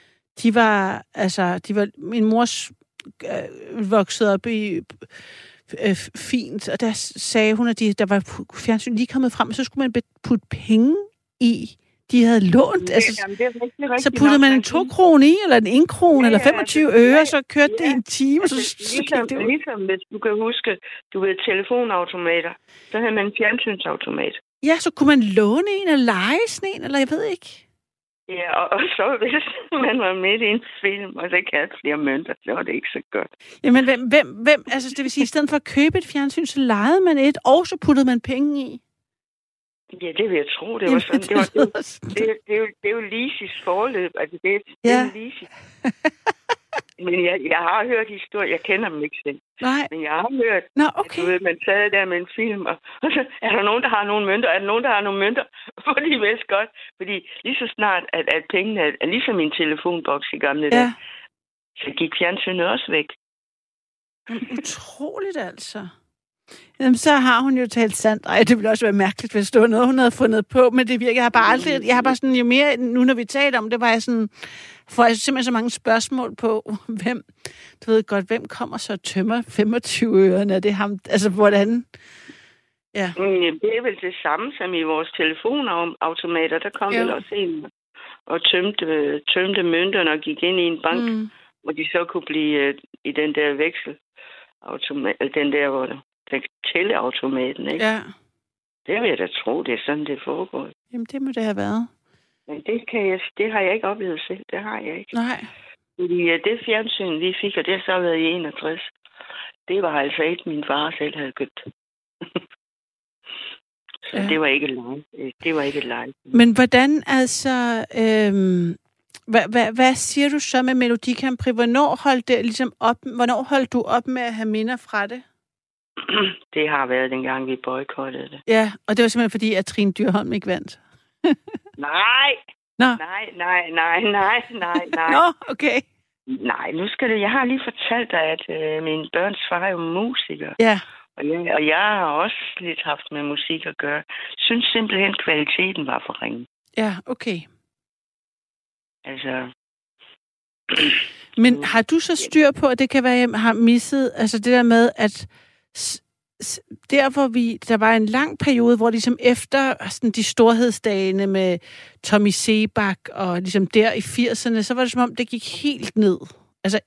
min mors voksede op i fint, og der sagde hun, at der var fjernsyn lige kommet frem, og så skulle man putte penge i. De havde lånt. Så puttede man en 2 krone i, eller en 1 krone, eller 25 øre, så kørte det en time. Ligesom hvis du kan huske, du ved, telefonautomater, så havde man en fjernsynsautomat. Ja, så kunne man låne en og lege sådan en, eller jeg ved ikke. Ja, og så hvis man var midt i en film, og så ikke havde flere mønter, så var det ikke så godt. Jamen, hvem, altså det vil sige, i stedet for at købe et fjernsyn, så lejede man et, og så puttede man penge i? Ja, det vil jeg tro. Det var sådan. Det er jo Lises forløb. Altså, det er Lises. Men jeg har hørt historier. Jeg kender dem ikke selv. Nej. Men jeg har hørt, okay. At du ved, man sad der med en film, og så er der nogen, der har nogle mønter. Er der nogen, der har nogle mønter? For de vidste godt. Fordi lige så snart, at pengene er ligesom min telefonboks i gamle dage, så gik fjernsynet også væk. Utroligt altså. Jamen, så har hun jo talt sandt. Ej, det ville også være mærkeligt, hvis det var noget, hun havde fundet på, men det virker. Jeg har bare sådan, jo mere, nu når vi taler om det, var jeg sådan, får jeg simpelthen så mange spørgsmål på, hvem kommer så og tømmer 25 ørerne? Er det ham? Altså, hvordan? Ja. Det er vel det samme som i vores telefonautomater. Der kom vel også en og tømte mønterne og gik ind i en bank, hvor de så kunne blive i den der vekselautomat, den der, hvor der tælleautomaten, ikke? Ja. Det vil jeg da tro, det er sådan, det foregår. Jamen, det må det have været. Men det har jeg ikke oplevet selv. Det har jeg ikke. Nej. Fordi det fjernsyn, vi fik, og det har så været i 61, det var altså ikke min far selv havde købt. Så det var ikke live. Det var ikke live. Men hvordan altså... Hvad siger du så med Melodi Grand Prix? Hvornår holdt du op med at have minder fra det? Det har været dengang, vi boykottede det. Ja, og det var simpelthen fordi, at Trine Dyrholm ikke vandt. Nej. Nå. Nej. Nå, okay. Nej, nu skal det. Jeg har lige fortalt dig, at min børns far er jo musiker. Ja. Og jeg har også lidt haft med musik at gøre. Synes simpelthen, kvaliteten var for ringe. Ja, okay. Altså... Men har du så styr på, at det kan være, at jeg har misset, altså det der med, at der hvor der var en lang periode, hvor ligesom efter sådan, de storhedsdagene med Tommy Sebak og ligesom der i 80'erne, så var det som om, det gik helt ned. Altså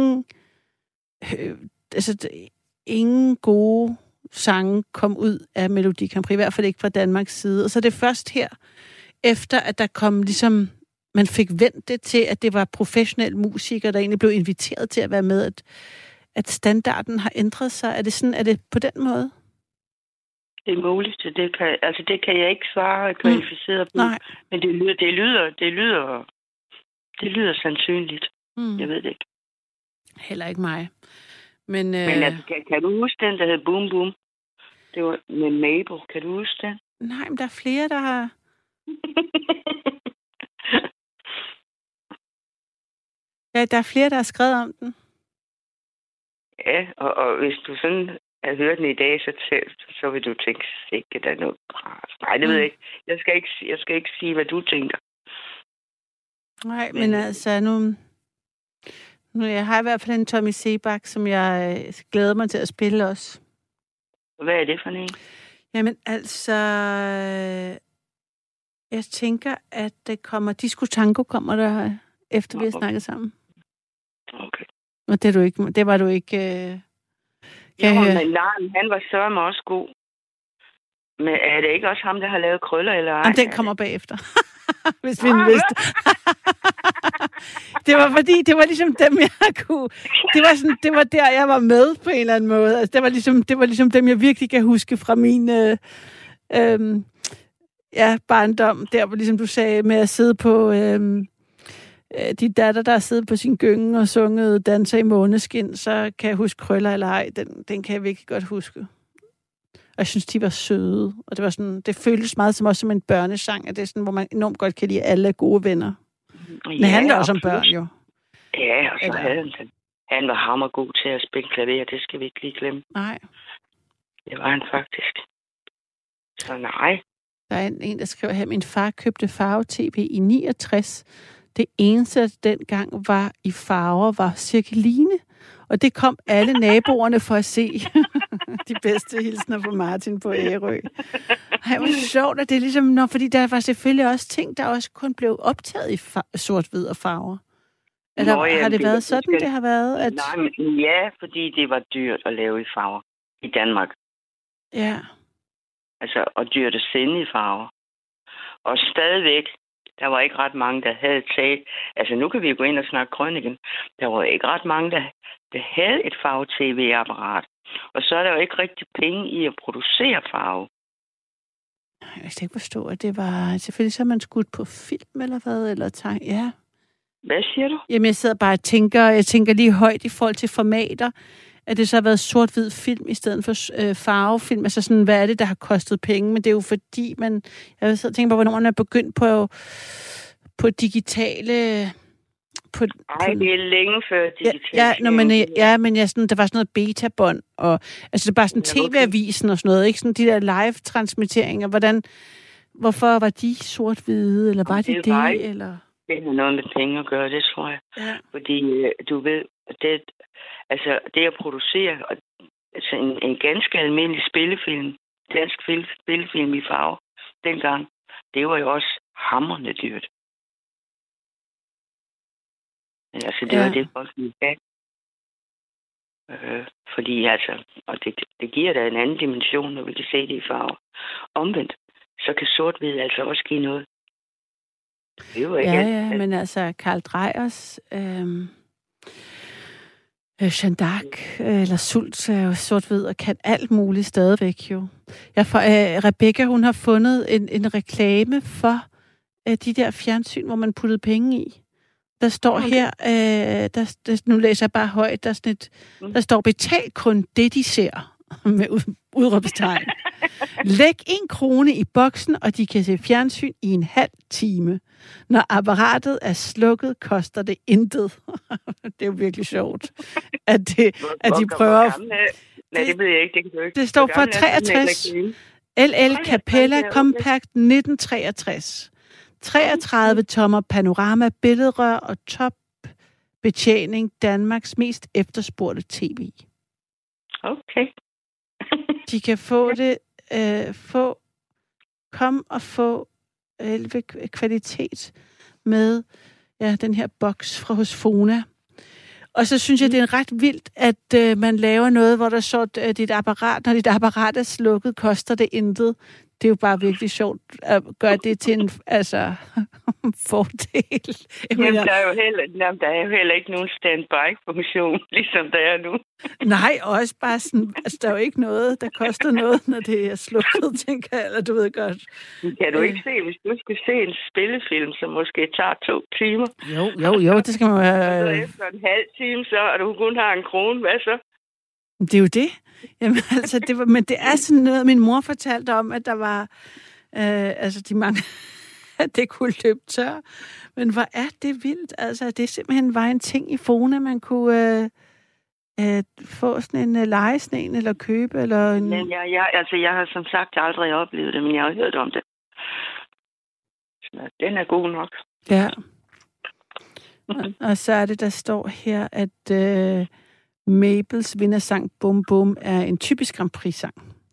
ingen gode sange kom ud af Melodi Grand Prix, i hvert fald ikke fra Danmarks side. Og så er det først her, efter at der kom ligesom... Man fik vendt det til, at det var professionelle musikere, der egentlig blev inviteret til at være med, at standarden har ændret sig. Er det på den måde? Det er muligt. Det kan jeg ikke svare kvalificeret på. Nej. Men det lyder sandsynligt. Jeg ved det ikke. Heller ikke mig. Men altså, kan du huske den, der hed Boom Boom? Det var med Mabel. Kan du huske den? Nej, men der er flere, der har... Ja, der er flere, der har skrevet om den. Ja, og hvis du sådan har hørt den i dag, så vil du tænke, sikkert der er noget bras. Nej, det ved jeg ikke. Jeg skal ikke sige, hvad du tænker. Nej, men altså nu jeg har i hvert fald en Tommy Sebak, som jeg glæder mig til at spille også. Hvad er det for en? Jamen altså... Jeg tænker, at det kommer... Disco Tango kommer der, efter vi har snakket sammen. Okay. Og det var du ikke... men han var sørme også god. Men er det ikke også ham, der har lavet krøller eller ej? Jamen, den kommer bagefter. Hvis vi vidste. Det var fordi, det var ligesom dem, jeg kunne... Det var der, jeg var med på en eller anden måde. Altså, det var ligesom dem, jeg virkelig kan huske fra min barndom. Der hvor ligesom du sagde, med at sidde på... de datter, der har siddet på sin gynge og sunget Danser i måneskin, så kan jeg huske Krøller eller ej. Den kan jeg virkelig godt huske. Og jeg synes, de var søde. Og det var sådan, det føltes meget som en børnesang, og det er sådan, hvor man enormt godt kan lide alle gode venner. Men det handler også om børn, jo. Ja, og så han var hammergod til at spille klaver, det skal vi ikke lige glemme. Nej. Det var han faktisk. Så nej. Der er en, der skriver her, min far købte farve-tv i 69. Det eneste, der dengang var i farver, var Cirkeline. Og det kom alle naboerne for at se. De bedste hilsner fra Martin på Ærø. Ej, hvor sjovt, at det er ligesom... fordi der var selvfølgelig også ting, der også kun blev optaget i sort-hvid og farver. Eller har det været sådan, det har været? At... Nej, men ja, fordi det var dyrt at lave i farver i Danmark. Ja. Altså, og dyrt at sende i farver. Og stadigvæk, der var ikke ret mange, der havde taget... Altså, nu kan vi gå ind og snakke krøniken. Der var ikke ret mange, der havde et farve-tv-apparat. Og så er der jo ikke rigtig penge i at producere farve. Jeg kan ikke forstå, at det var... Selvfølgelig så er man skudt på film, eller hvad? Eller ja. Hvad siger du? Jamen, jeg sidder bare og tænker lige højt i forhold til formater. At det så har været sort-hvid film i stedet for farvefilm. Altså sådan, hvad er det, der har kostet penge? Men det er jo fordi, jeg sidder og tænker på, hvornår man er begyndt på digitale... Nej, det er længe før digitale. Men der var sådan noget betabånd, og altså det er bare sådan TV-avisen og sådan noget, ikke? Sådan de der live-transmitteringer. Hvorfor var de sort-hvide, eller var de det? Eller... Det har noget med penge at gøre, det tror jeg. Ja. Fordi du ved, det at producere en ganske almindelig spillefilm, dansk spillefilm i farve, dengang, det var jo også hamrende dyrt. Men altså, det var det, folk ville have. Fordi altså, og det giver da en anden dimension, når vi kan se det i farve. Omvendt, så kan sort-hvid altså også give noget. Det er jo ikke men altså, Karl Dreyers, Jeanne d'Arc eller Sult er jo sort-hvid og kan alt muligt stadigvæk jo. Rebecca, hun har fundet en reklame for de der fjernsyn, hvor man puttede penge i. Der står her, nu læser jeg bare højt, der står, betal kun det, de ser, med udråbstegn. Læg 1 krone i boksen, og de kan se fjernsyn i en halv time. Når apparatet er slukket, koster det intet. Det er jo virkelig sjovt, at de prøver... Nej, det ved jeg ikke. Det kan du ikke. Det står for 63. LL Capella Compact 1963. 33 tommer panorama, billedrør og topbetjening, Danmarks mest efterspurgte tv. Okay. De kan få det, kom og få kvalitet med den her boks fra hos Fona. Og så synes jeg, det er ret vildt, at man laver noget, hvor der så dit apparat, når dit apparat er slukket, koster det intet. Det er jo bare virkelig sjovt at gøre det til en fordel. Jamen, der er jo heller ikke nogen standby-funktion, ligesom der er nu. Nej, også bare sådan, altså der er jo ikke noget, der koster noget, når det er slukket, tænker jeg, eller du ved godt. Kan du ikke se, hvis du skal se en spillefilm, som måske tager 2 timer? Jo, det skal man være... Så efter en halv time, så, og du kun har 1 krone, hvad så? Det er jo det. Jamen, altså, men det er sådan noget, min mor fortalte om, at der var, de mange, at det kunne løbe tør. Men hvor er det vildt, altså, det simpelthen var en ting i Fona, man kunne få sådan en lejesnen, eller købe, eller en... Men jeg har som sagt aldrig oplevet det, men jeg har hørt om det. Så den er god nok. Ja. Og så er det, der står her, at... Mabels vindersang Bum Bum er en typisk Grand Prix-sang.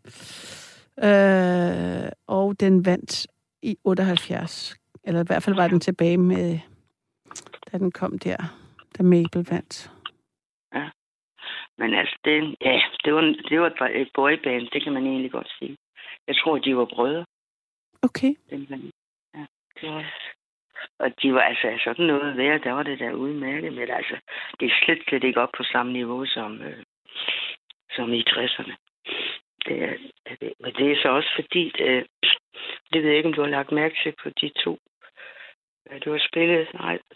Og den vandt i 78. Eller i hvert fald var den tilbage med, da den kom der, da Mabel vandt. Ja. Men altså, det var et boyband, det kan man egentlig godt sige. Jeg tror, de var brødre. Okay. Ja. Og de var altså sådan noget værd, der var det der udmærket, men altså, det er slet ikke op på samme niveau som i 60'erne. Men det er så også fordi, det ved jeg ikke, om du har lagt mærke til på de to. Du har spillet,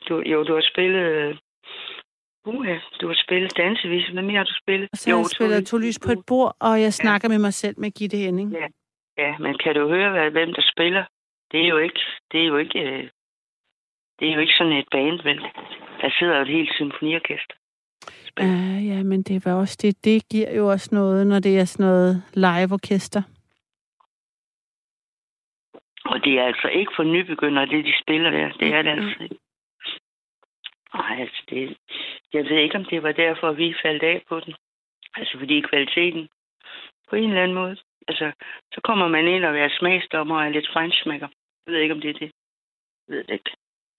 du har spillet dansevis. Hvad mere har du spillet? Og så har jeg spillet To lys på et bord, og jeg snakker med mig selv med Gitte Henning. Ja, men kan du høre, hvem der spiller? Det er jo ikke sådan et band, vel? Der sidder jo et helt symfoniorkester. Ja, men det var også det. Det giver jo også noget, når det er sådan noget live-orkester. Og det er altså ikke for nybegyndere, det de spiller der. Det er det altså ikke. Ej, altså jeg ved ikke, om det var derfor, vi faldt af på den. Altså fordi kvaliteten på en eller anden måde. Altså, så kommer man ind og er smagsdommer og er lidt feinschmecker. Jeg ved ikke, om det er det. Jeg ved det ikke.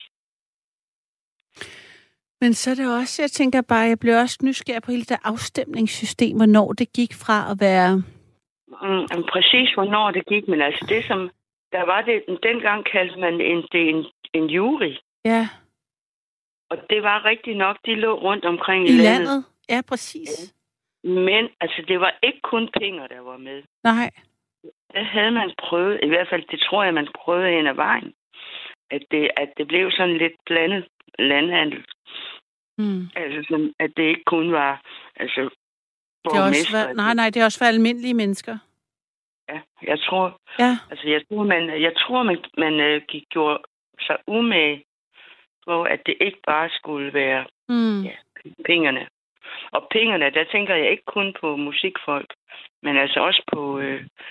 Men så er det også, jeg tænker bare, jeg blev også nysgerrig på hele det afstemningssystem, hvornår det gik fra at være... Præcis, hvornår det gik, men altså det som... Der var det, dengang kaldte man en jury. Ja. Og det var rigtigt nok, de lå rundt omkring i landet. Ja, præcis. Men altså, det var ikke kun Pinger, der var med. Nej. Det havde man prøvet, i hvert fald, det tror jeg, man prøvede hen ad vejen. At det blev sådan lidt blandet landhandel. Altså sådan, at det ikke kun var, altså, borgmester. Nej, det er også for almindelige mennesker. Ja, jeg tror, man gjorde sig umage på, at det ikke bare skulle være pengene. Og pengene, der tænker jeg ikke kun på musikfolk, men altså også på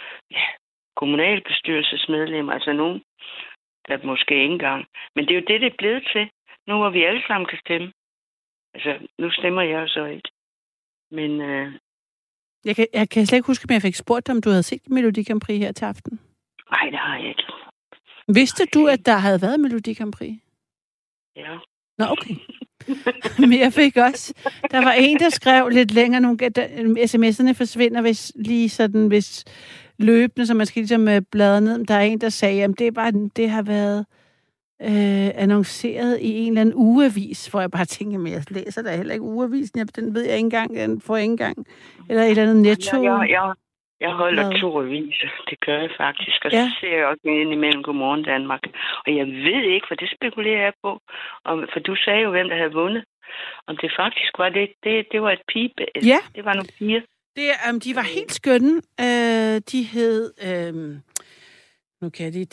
kommunalbestyrelsesmedlemmer, altså nogen, der måske ikke engang. Men det er jo det er blevet til, nu hvor vi alle sammen kan stemme. Altså, nu stemmer jeg jo så ikke. Men... Jeg kan slet ikke huske, om jeg fik spurgt dig, om du havde set Melodi Grand Prix her til aften. Nej, det har jeg ikke. Vidste du, at der havde været Melodi Grand Prix? Ja. Nå, okay. Men jeg fik også... Der var en, der skrev lidt længere, nogle sms'erne forsvinder, hvis løbende, så man skal ligesom bladre ned. Der er en, der sagde, at det har været annonceret i en eller anden ugeavis, hvor jeg bare tænker, men jeg læser da heller ikke ugeavisen. Den ved jeg ikke engang, den får jeg ikke engang. Eller et eller andet Netto. Jeg holder 2 aviser. Det gør jeg faktisk. Og så ser jeg også ind imellem Godmorgen Danmark. Og jeg ved ikke, for det spekulerer jeg på. For du sagde jo, hvem der havde vundet. Om det faktisk var det var et pibe. Ja. Det var nogle piger. De var helt skønne. De hed... Nu kan de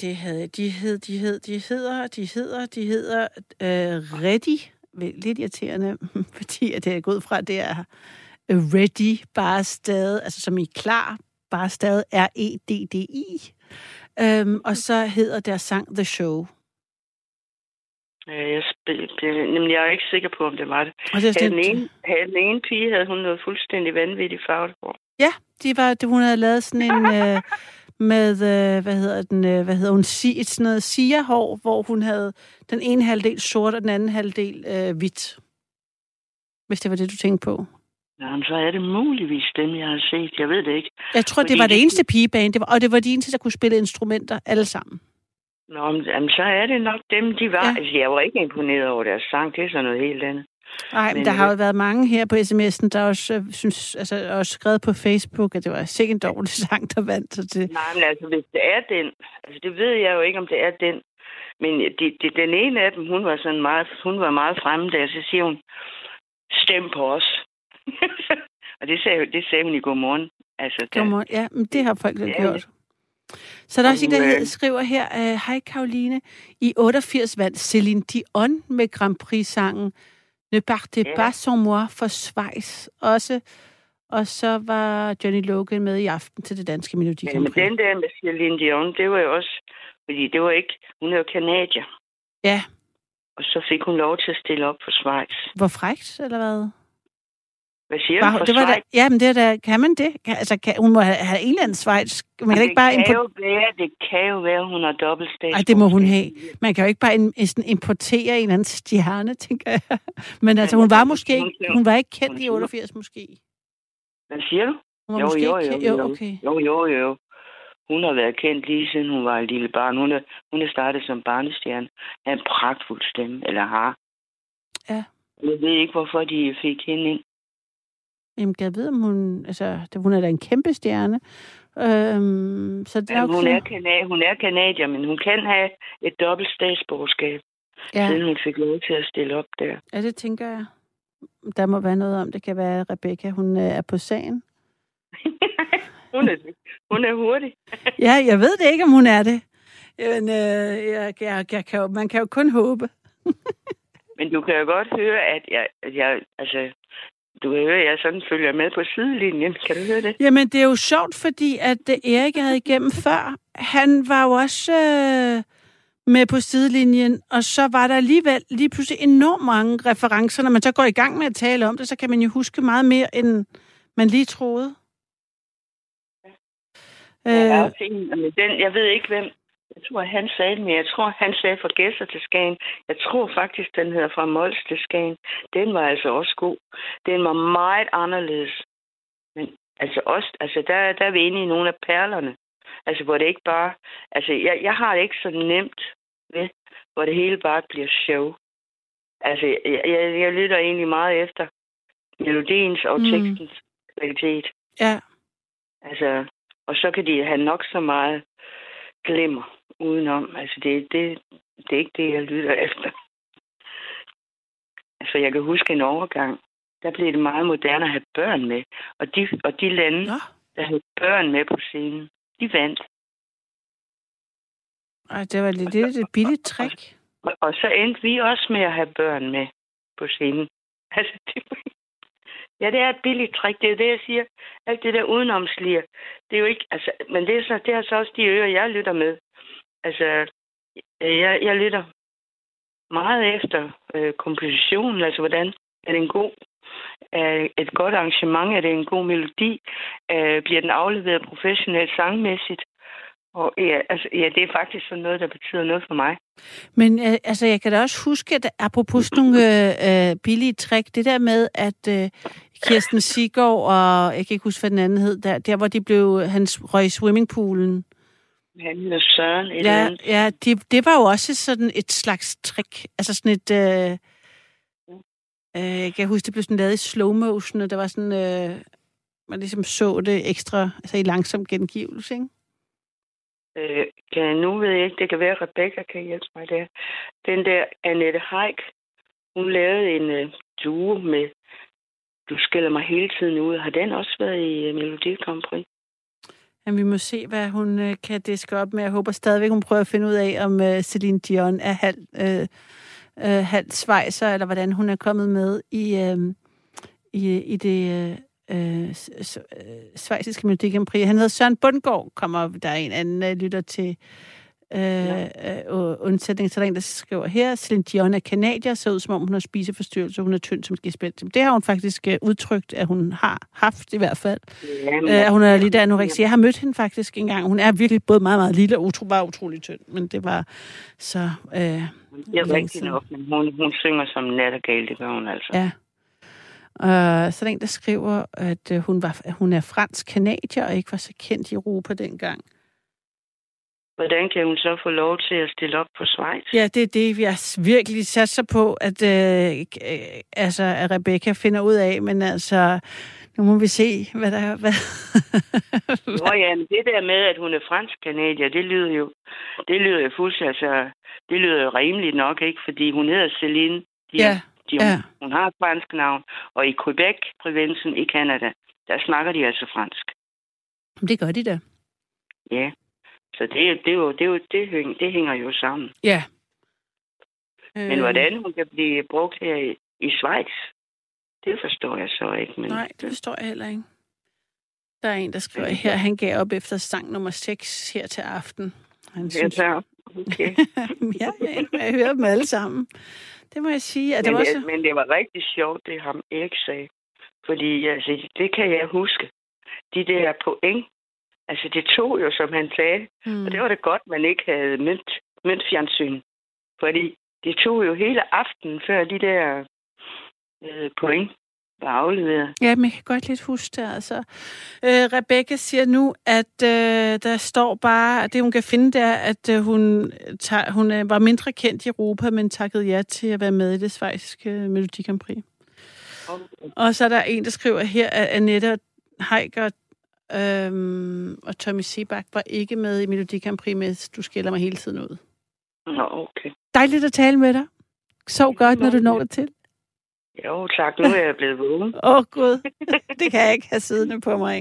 hedder Ready. Lidt irriterende, fordi at det er gået fra, det er Ready, bare stadig, altså som i klar, bare stadig REDDI. Og så hedder der sang The Show. Jeg er ikke sikker på, om det var det. Havde den ene pige, havde hun noget fuldstændig vanvittigt farvet på? Ja, hun havde lavet sådan en... med, hvad hedder hun, sådan noget sia-hår, hvor hun havde den ene halvdel sort, og den anden halvdel hvidt. Hvis det var det, du tænkte på. Jamen, så er det muligvis dem, jeg har set. Jeg ved det ikke. Jeg tror, det var det eneste pigeband, og det var de eneste, der kunne spille instrumenter, alle sammen. Nå, men så er det nok dem, de var. Ja. Altså, jeg var ikke imponeret over deres sang. Det er sådan noget helt andet. Nej, men der har jo været mange her på sms'en, der også synes, altså også skrevet på Facebook, at det var sikkert en dårlig sang, der vandt sig til. Nej, men altså, hvis det er den, altså det ved jeg jo ikke, om det er den, men den ene af dem, hun var meget fremme der, så siger hun, stem på os. Og det sagde hun i Godmorgen. Altså, Godmorgen, ja, men det har folk jo gjort. Så der er også en, der skriver her, hej Karoline, i 88 vandt Céline Dion med Grand Prix-sangen Ne partez pas sans moi for Schweiz også. Og så var Johnny Logan med i aften til det danske Melodi Grand Prix. Men den der med Céline Dion, det var jo også, fordi det var ikke, hun er jo kanadier. Ja. Og så fik hun lov til at stille op for Schweiz. Hvor frækt, eller hvad? Hvad siger du for Schweiz? Ja, men kan man det? Hun må have en eller anden Schweiz. Man kan ikke bare det kan jo være, hun har dobbelt statsborgerskab. Ej, det må hun have. Man kan jo ikke bare importere en eller anden stjerne, tænker jeg. Men altså, hun var ikke kendt i 88 måske. Hvad siger du? Jo. Okay. Jo. Hun har været kendt lige siden hun var et lille barn. Hun er startet som barnestjerne. Har en pragtfuld stemme, eller har. Ja. Jeg ved ikke, hvorfor de fik hende ind. Jamen, jeg ved, om hun... Altså, hun er da en kæmpe stjerne. Så det ja, hun er kanadier, men hun kan have et dobbelt statsborgerskab, siden hun fik lov til at stille op der. Ja, det tænker jeg. Der må være noget om, det kan være, at Rebecca, hun er på sagen. Hun er hurtig. Ja, jeg ved det ikke, om hun er det. Men man kan jo kun håbe. Men du kan jo godt høre, at jeg du kan høre, at jeg sådan følger med på sidelinjen. Kan du høre det? Jamen, det er jo sjovt, fordi at Erik havde igennem før. Han var jo også med på sidelinjen, og så var der alligevel lige pludselig enormt mange referencer. Når man så går i gang med at tale om det, så kan man jo huske meget mere, end man lige troede. Jeg ved ikke, hvem. Jeg tror, han sagde det, men jeg tror, han sagde fra Gæsser til Skagen. Jeg tror faktisk, den hedder fra Mols til Skagen. Den var altså også god. Den var meget anderledes. Men der er vi inde i nogle af perlerne. Altså, hvor det ikke bare... Altså, jeg har det ikke så nemt ved, hvor det hele bare bliver show. Altså, jeg lytter egentlig meget efter melodiens og tekstens kvalitet. Ja. Altså, og så kan de have nok så meget glimmer udenom. Altså, det er ikke det, jeg lytter efter. Altså, jeg kan huske en overgang. Der blev det meget moderne at have børn med. Og de lande, der havde børn med på scenen, de vandt. Ej, det var lidt et billigt trick. Og så endte vi også med at have børn med på scenen. Altså, ja, det er et billigt trick. Det er det, jeg siger. Alt det der udenomsliger. Det er jo ikke... Altså, men det er så også de ører, jeg lytter med. Altså, jeg lytter meget efter kompositionen. Altså, hvordan er det en god... et godt arrangement? Er det en god melodi? Bliver den afleveret professionelt sangmæssigt? Og det er faktisk sådan noget, der betyder noget for mig. Men jeg kan da også huske, at apropos nogle billige trick, det der med, at Kirsten Siggaard og, jeg kan ikke huske, hvad den anden hed, der hvor de røg i swimmingpoolen. Han hedder Søren. Ja, det var jo også sådan et slags trick. Altså sådan et... jeg kan huske, det blev sådan lavet i slow motion, og der var sådan... man ligesom så det ekstra, altså i langsom gengivelse, ikke? Nu ved jeg ikke, det kan være, at Rebecca kan hjælpe mig der. Den der Annette Haik, hun lavede en duo med Du skælder mig hele tiden ud. Har den også været i Melodi Grand Prix? Jamen, vi må se, hvad hun kan diske op med. Jeg håber stadigvæk, hun prøver at finde ud af, om Celine Dion er halvt svejser, eller hvordan hun er kommet med i det... schweiziske Melodi Grand Prix. Han hedder Søren Bundgaard, kommer der en anden lytter til undsætning. Så der er en, der skriver her, Celine Dion er kanadier, så ud som om hun har spiseforstyrrelse, hun er tynd som skispænd. Det har hun faktisk udtrykt, at hun har haft i hvert fald. Hun er lidt anoreksi. Jeg har mødt hende faktisk engang. Hun er virkelig både meget, meget lille og var utrolig tynd, men det var så... det er rigtigt nok, men hun synger som nattergal, det gør hun altså. Ja. Så der en, der skriver, at hun er fransk-kanadier og ikke var så kendt i Europa dengang. Hvordan kan hun så få lov til at stille op på Schweiz? Ja, det er det, vi har virkelig sat sig på, at Rebecca finder ud af, men altså, nu må vi se, hvad der er. Men det der med, at hun er fransk-kanadier, det lyder jo fuldstændig, altså, det lyder jo rimeligt nok, ikke? Fordi hun hedder Celine Dion. Ja. Hun har et fransk navn, og i Quebec-provinsen i Canada, der snakker de altså fransk. Det gør de da. Ja, så det hænger jo sammen. Ja. Men hvordan hun kan blive brugt her i Schweiz, det forstår jeg så ikke. Men... Nej, det forstår jeg heller ikke. Der er en, der skriver her, han gav op efter sang nummer 6 her til aften. Han synes... Okay. Jeg hører dem alle sammen. Det må jeg sige. At Men det var rigtig sjovt, det ham Erik sagde. Fordi altså, det kan jeg huske. De der point, altså det tog jo, som han sagde. Og det var det godt, man ikke havde møntfjernsyn. Fordi det tog jo hele aftenen før de der point. var afleveret. Ja, men jeg kan godt lidt huske det, altså. Rebecca siger nu, at der står bare, det hun kan finde, der, at hun var mindre kendt i Europa, men takkede ja til at være med i det schweiziske Melodi Grand Prix. Okay. Og så er der en, der skriver her, at Annette Heiger og Tommy Sebak var ikke med i Melodi Grand Prix, mens du skælder mig hele tiden ud. Nå, okay. Dejligt at tale med dig. Sov godt, når du når det til. Jo, tak. Nu er jeg blevet vågen. Gud. Det kan jeg ikke have siddende på mig.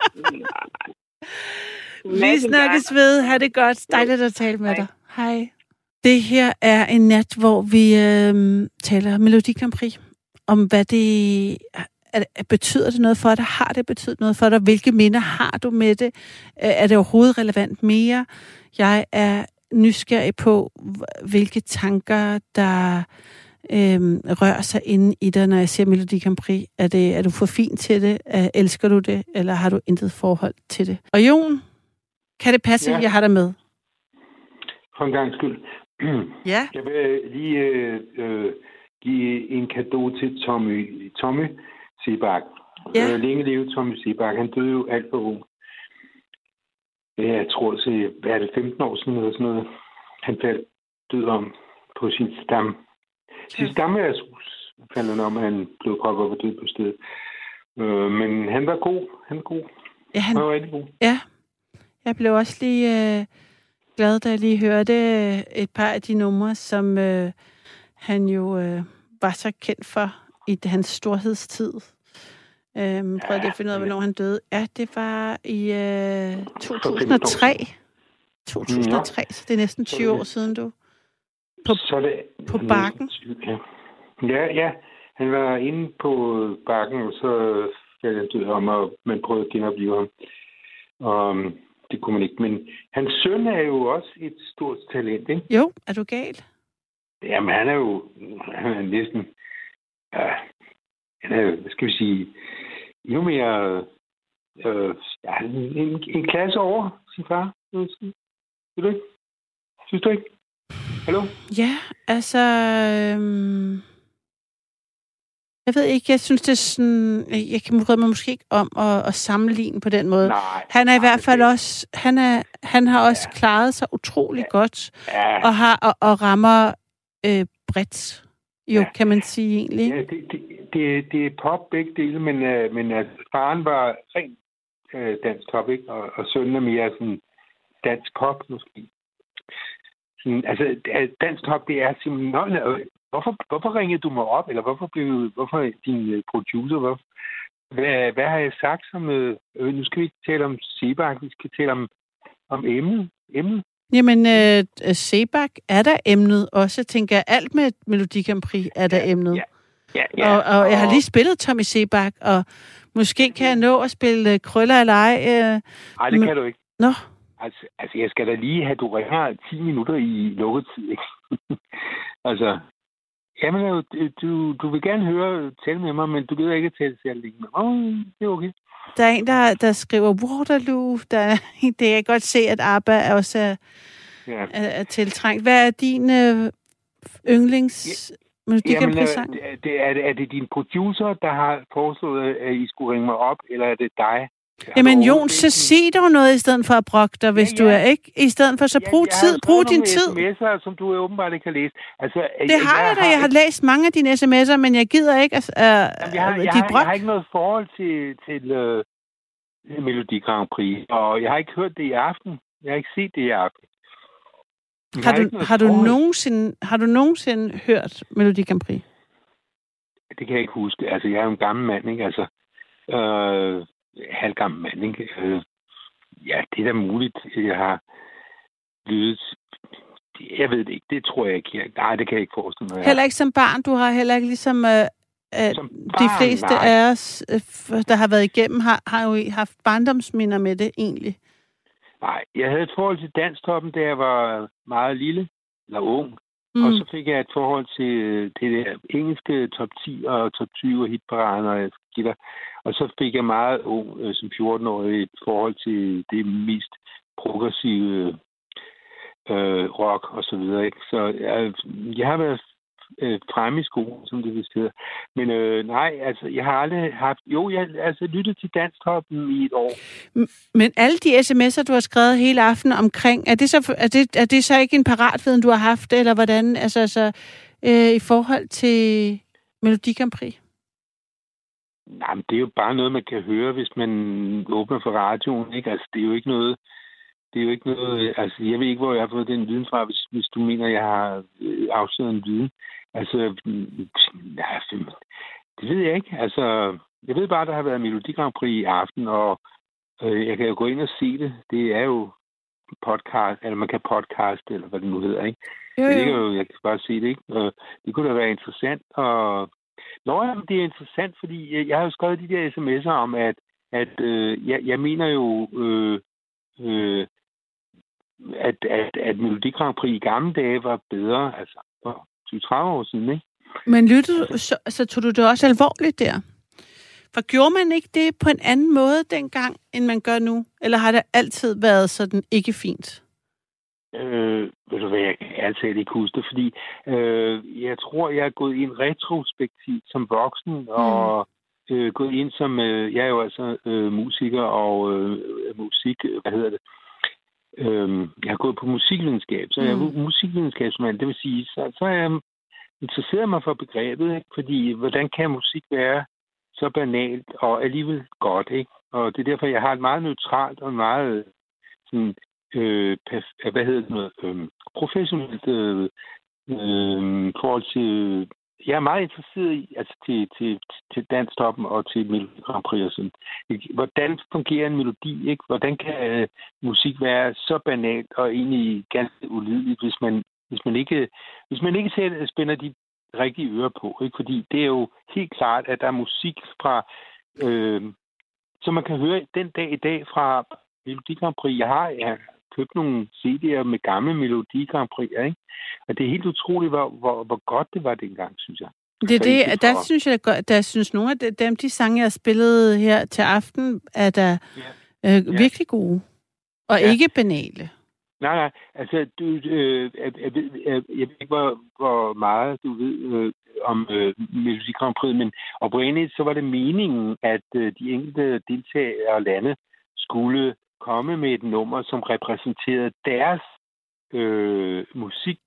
Vi snakkes ved. Ha' det godt. Dejligt at tale med dig. Hej. Det her er en nat, hvor vi taler Melodi Grand Prix. Om hvad det... Betyder det noget for dig? Har det betydet noget for dig? Hvilke minder har du med det? Er det overhovedet relevant mere? Jeg er nysgerrig på, hvilke tanker, der rører sig inde i dig, når jeg ser Melodi Grand Prix. Er du for fin til det? Elsker du det? Eller har du intet forhold til det? Og Jon, kan det passe, at jeg har dig med? For en gang skyld. Ja. Jeg vil lige give en cadeau til Tommy Sebak. Ja. Længe leve Tommy Sebak. Han døde jo alt for ung. Jeg tror, hvad er det, 15 år siden eller sådan noget. Han død om på sin stamme. Sin stamme er faldet om, at han blev kokket op og død på stedet. Men han var god. Han var rigtig god. Ja. Jeg blev også lige glad, da jeg lige hørte et par af de numre, som han jo var så kendt for i hans storhedstid. Prøvede lige at finde ud af, hvornår han døde. Ja, det var i 2003. 2003, så det er næsten 20 år siden, du. På Bakken. Ja. Han var inde på Bakken, og så faldt han død om, og man prøvede at genopleve ham. Og det kunne man ikke. Men hans søn er jo også et stort talent, ikke? Jo, er du gal? Jamen, han er næsten... Ja, han er, hvad skal vi sige... endnu mere... en klasse over sin far. Synes du ikke? Synes du ikke? Hallo? Ja, altså... jeg ved ikke, jeg synes, det er sådan... Jeg kan mig måske ikke om at sammenligne på den måde. Nej, han er i hvert fald også... Han har også klaret sig utrolig godt. Ja. Og rammer bredt, jo, kan man sige egentlig. Ja, det er pop begge dele, men faren var rent dansk pop, ikke? Og sønnen er mere sådan dansk pop, måske. Sådan, altså, dansk pop, det er simpelthen... Hvorfor ringede du mig op? Eller hvorfor din producer? Hvad har jeg sagt som... nu skal vi ikke tale om Sebak, vi skal tale om emnet. Jamen, Sebak er der emnet også, tænker jeg. Alt med Melodi Grand Prix er der emnet. Ja. Og jeg har lige spillet Tommy Sebak, og måske kan jeg nå at spille Krøller eller ej. Nej, det kan du ikke. Nå. Altså, jeg skal da lige have, du ringer 10 minutter i lukketid, ikke? Altså, jamen, du vil gerne tale med mig, men du gider ikke tale særlig længe med mig. Det er okay. Der er en, der skriver Waterloo. Det kan jeg godt se, at ABBA også er tiltrængt. Hvad er din yndlings Melodi Grand Prix-sang? Er det din producer, der har foreslået, at I skulle ringe mig op, eller er det dig? Jamen Jon, så sig dog noget i stedet for at brokke dig, hvis du er ikke. I stedet for så brug din tid. Jeg har sms'er, som du åbenbart ikke har læst. Altså, det har jeg da. Jeg har læst mange af dine sms'er, men jeg gider ikke jeg har ikke noget forhold til Melodi Grand Prix, og jeg har ikke hørt det i aften. Jeg har ikke set det i aften. Har du nogensinde hørt Melodi Grand Prix? Det kan jeg ikke huske. Altså, jeg er jo en gammel mand, ikke? Altså, halvgammel mand, ikke? Ja, det er da muligt, jeg har lydet... Jeg ved det ikke. Det tror jeg ikke. Nej, det kan jeg ikke forestille mig. Heller ikke som barn. Du har heller ikke ligesom... de fleste af os, der har været igennem, har jo haft barndomsminder med det, egentlig. Nej, jeg havde et forhold til danstoppen, da jeg var meget lille, eller ung. Og så fik jeg et forhold til det der engelske top 10 og top 20 og hitparaden, og så fik jeg meget ung, som 14-årig, et forhold til det mest progressive rock og så videre. Ikke? Så jeg har været fremme i skolen, som det vist hedder. Men nej, altså, jeg har aldrig haft... Jo, jeg har altså lyttet til Dansktoppen i et år. Men alle de sms'er, du har skrevet hele aftenen omkring, er det så ikke en paratviden, du har haft, eller hvordan? Altså i forhold til Melodi Grand Prix? Nej, men det er jo bare noget, man kan høre, hvis man åbner for radioen, ikke? Altså, det er jo ikke noget... Altså, jeg ved ikke, hvor jeg har fået den viden fra, hvis du mener, jeg har afsløret en viden. Altså, det ved jeg ikke. Altså, jeg ved bare, der har været Melodi Grand Prix i aften, og jeg kan jo gå ind og se det. Det er jo podcast, eller man kan podcaste, eller hvad det nu hedder, ikke? Jo. Jeg kan bare se det, ikke? Det kunne da være interessant, og... det er interessant, fordi jeg har jo skrevet de der sms'er om, at jeg mener jo... At Melodi Grand Prix i gamle dage var bedre, altså for 20-30 år siden, ikke? Men så tog du det også alvorligt der? For gjorde man ikke det på en anden måde dengang, end man gør nu? Eller har det altid været sådan ikke fint? Ved du hvad, jeg kan altid ikke huske det, fordi jeg tror, jeg er gået ind retrospektivt som voksen, og gået ind som, jeg er jo altså musiker og jeg har gået på musikvidenskab, så jeg er musikvidenskabsmand. Det vil sige, så er jeg interesseret mig for begrebet, ikke? Fordi hvordan kan musik være så banalt og alligevel godt, ikke? Og det er derfor, jeg har et meget neutralt og meget sådan, professionelt forhold til... Jeg er meget interesseret i, altså til Dansktoppen og til Melodi Grand Prix og sådan. Hvordan fungerer en melodi, ikke? Hvordan kan musik være så banalt og egentlig ganske ulideligt, hvis man ikke selv spænder de rigtige ører på, ikke? Fordi det er jo helt klart, at der er musik fra, som man kan høre den dag i dag fra Melodi Grand Prix. Jeg har købt nogle CD'er med gamle Melodi Grand Prix, ikke? Og det er helt utroligt, hvor godt det var dengang, synes jeg. Der synes jeg, der synes nogle af dem, de sange, jeg har spillet her til aften, er der virkelig gode. Og ikke banale. Nej. Altså, jeg ved ikke, hvor meget du ved om Melodi Grand Prix, men oprindeligt så var det meningen, at de enkelte deltagere og lande skulle komme med et nummer, som repræsenterede deres musik,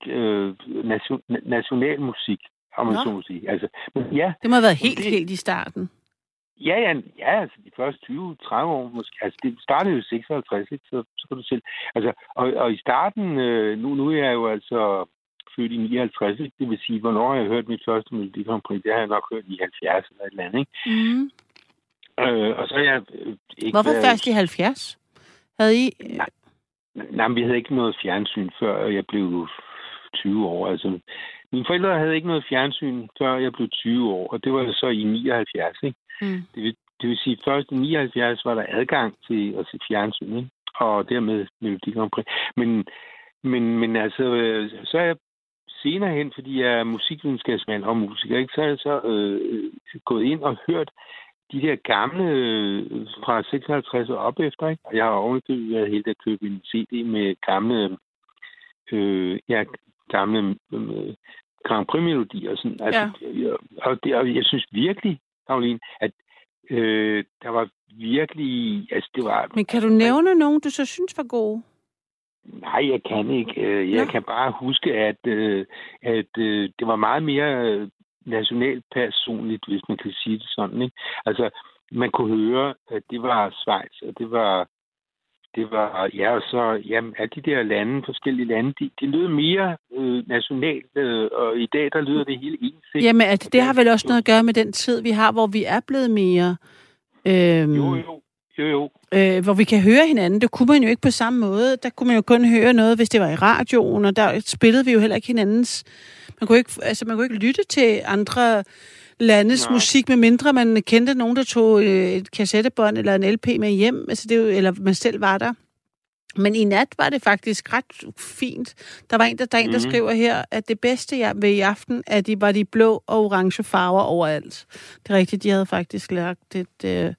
national musik, om man så må sige. Altså, men ja, det må have været helt i starten. Ja, altså de første 20-30 år måske. Altså det startede jo 56, ikke? Så kan du selv. Altså, og i starten, nu er jeg jo altså født i 59, ikke? Det vil sige, hvornår jeg har hørt mit første Melodi Grand Prix, det har jeg nok hørt i 70 eller et eller andet, ikke? Mm. Og så er jeg ikke... Hvorfor først i 70? Havde I... Nej, men vi havde ikke noget fjernsyn, før jeg blev 20 år. Altså, mine forældre havde ikke noget fjernsyn, før jeg blev 20 år, og det var så i 79, ikke? Mm. Det vil sige, at først i 79 var der adgang til at se fjernsyn, ikke? Og dermed Melodi Grand Prix. Men altså, så er jeg senere hen, fordi jeg er musikvidenskabsmand og musiker, ikke? Så er jeg så gået ind og hørt de der gamle fra 56 og op efter, ikke? Og jeg har ovenikøbet været helt at købe en CD med gamle Grand Prix-melodier og sådan. Altså, og jeg synes virkelig, Caroline, at der var virkelig... Altså, det var... Men kan du nævne nogen, du så synes var gode? Nej, jeg kan ikke. Jeg kan bare huske, at det var meget mere nationalpersonligt, hvis man kan sige det sådan, ikke? Altså, man kunne høre, at det var Schweiz, og det var og så, jamen, alle de der lande, forskellige lande, de lyder mere nationalt, og i dag, der lyder det hele ens. Jamen, det har vel også noget at gøre med den tid, vi har, hvor vi er blevet mere... Jo. Hvor vi kan høre hinanden. Det kunne man jo ikke på samme måde. Der kunne man jo kun høre noget, hvis det var i radioen, og der spillede vi jo heller ikke hinandens... Man kunne ikke lytte til andre landes musik, med mindre man kendte nogen, der tog et kassettebånd eller en LP med hjem, altså det jo, eller man selv var der. Men i nat var det faktisk ret fint. Der var en, der skriver her, at det bedste ved i aften, at var de blå og orange farver overalt. Det er rigtigt, de havde faktisk lagt et...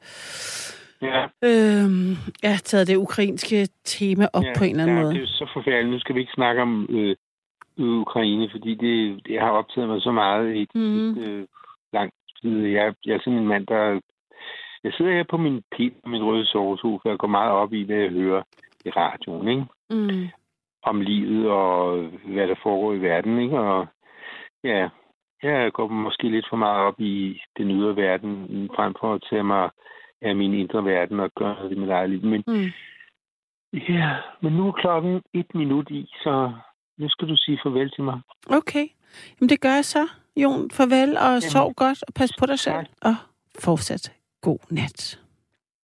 taget det ukrainske tema op på en eller anden måde. Det er jo så forfærdeligt. Nu skal vi ikke snakke om Ukraine, fordi det har optaget mig så meget i lang tid. Jeg er sådan en mand, der... Jeg sidder her på min røde sovesofa og går meget op i, hvad jeg hører i radioen, ikke? Mm. Om livet og hvad der foregår i verden, ikke? Og ja, jeg går måske lidt for meget op i den ydre verden, frem for at tage mig af min indre verden og gøre det med eget liv. Men ja, men nu er klokken 1 minut i, så nu skal du sige farvel til mig. Okay. Jamen det gør jeg så, Jon. Farvel og sov godt og pas på dig selv. Og fortsat god nat.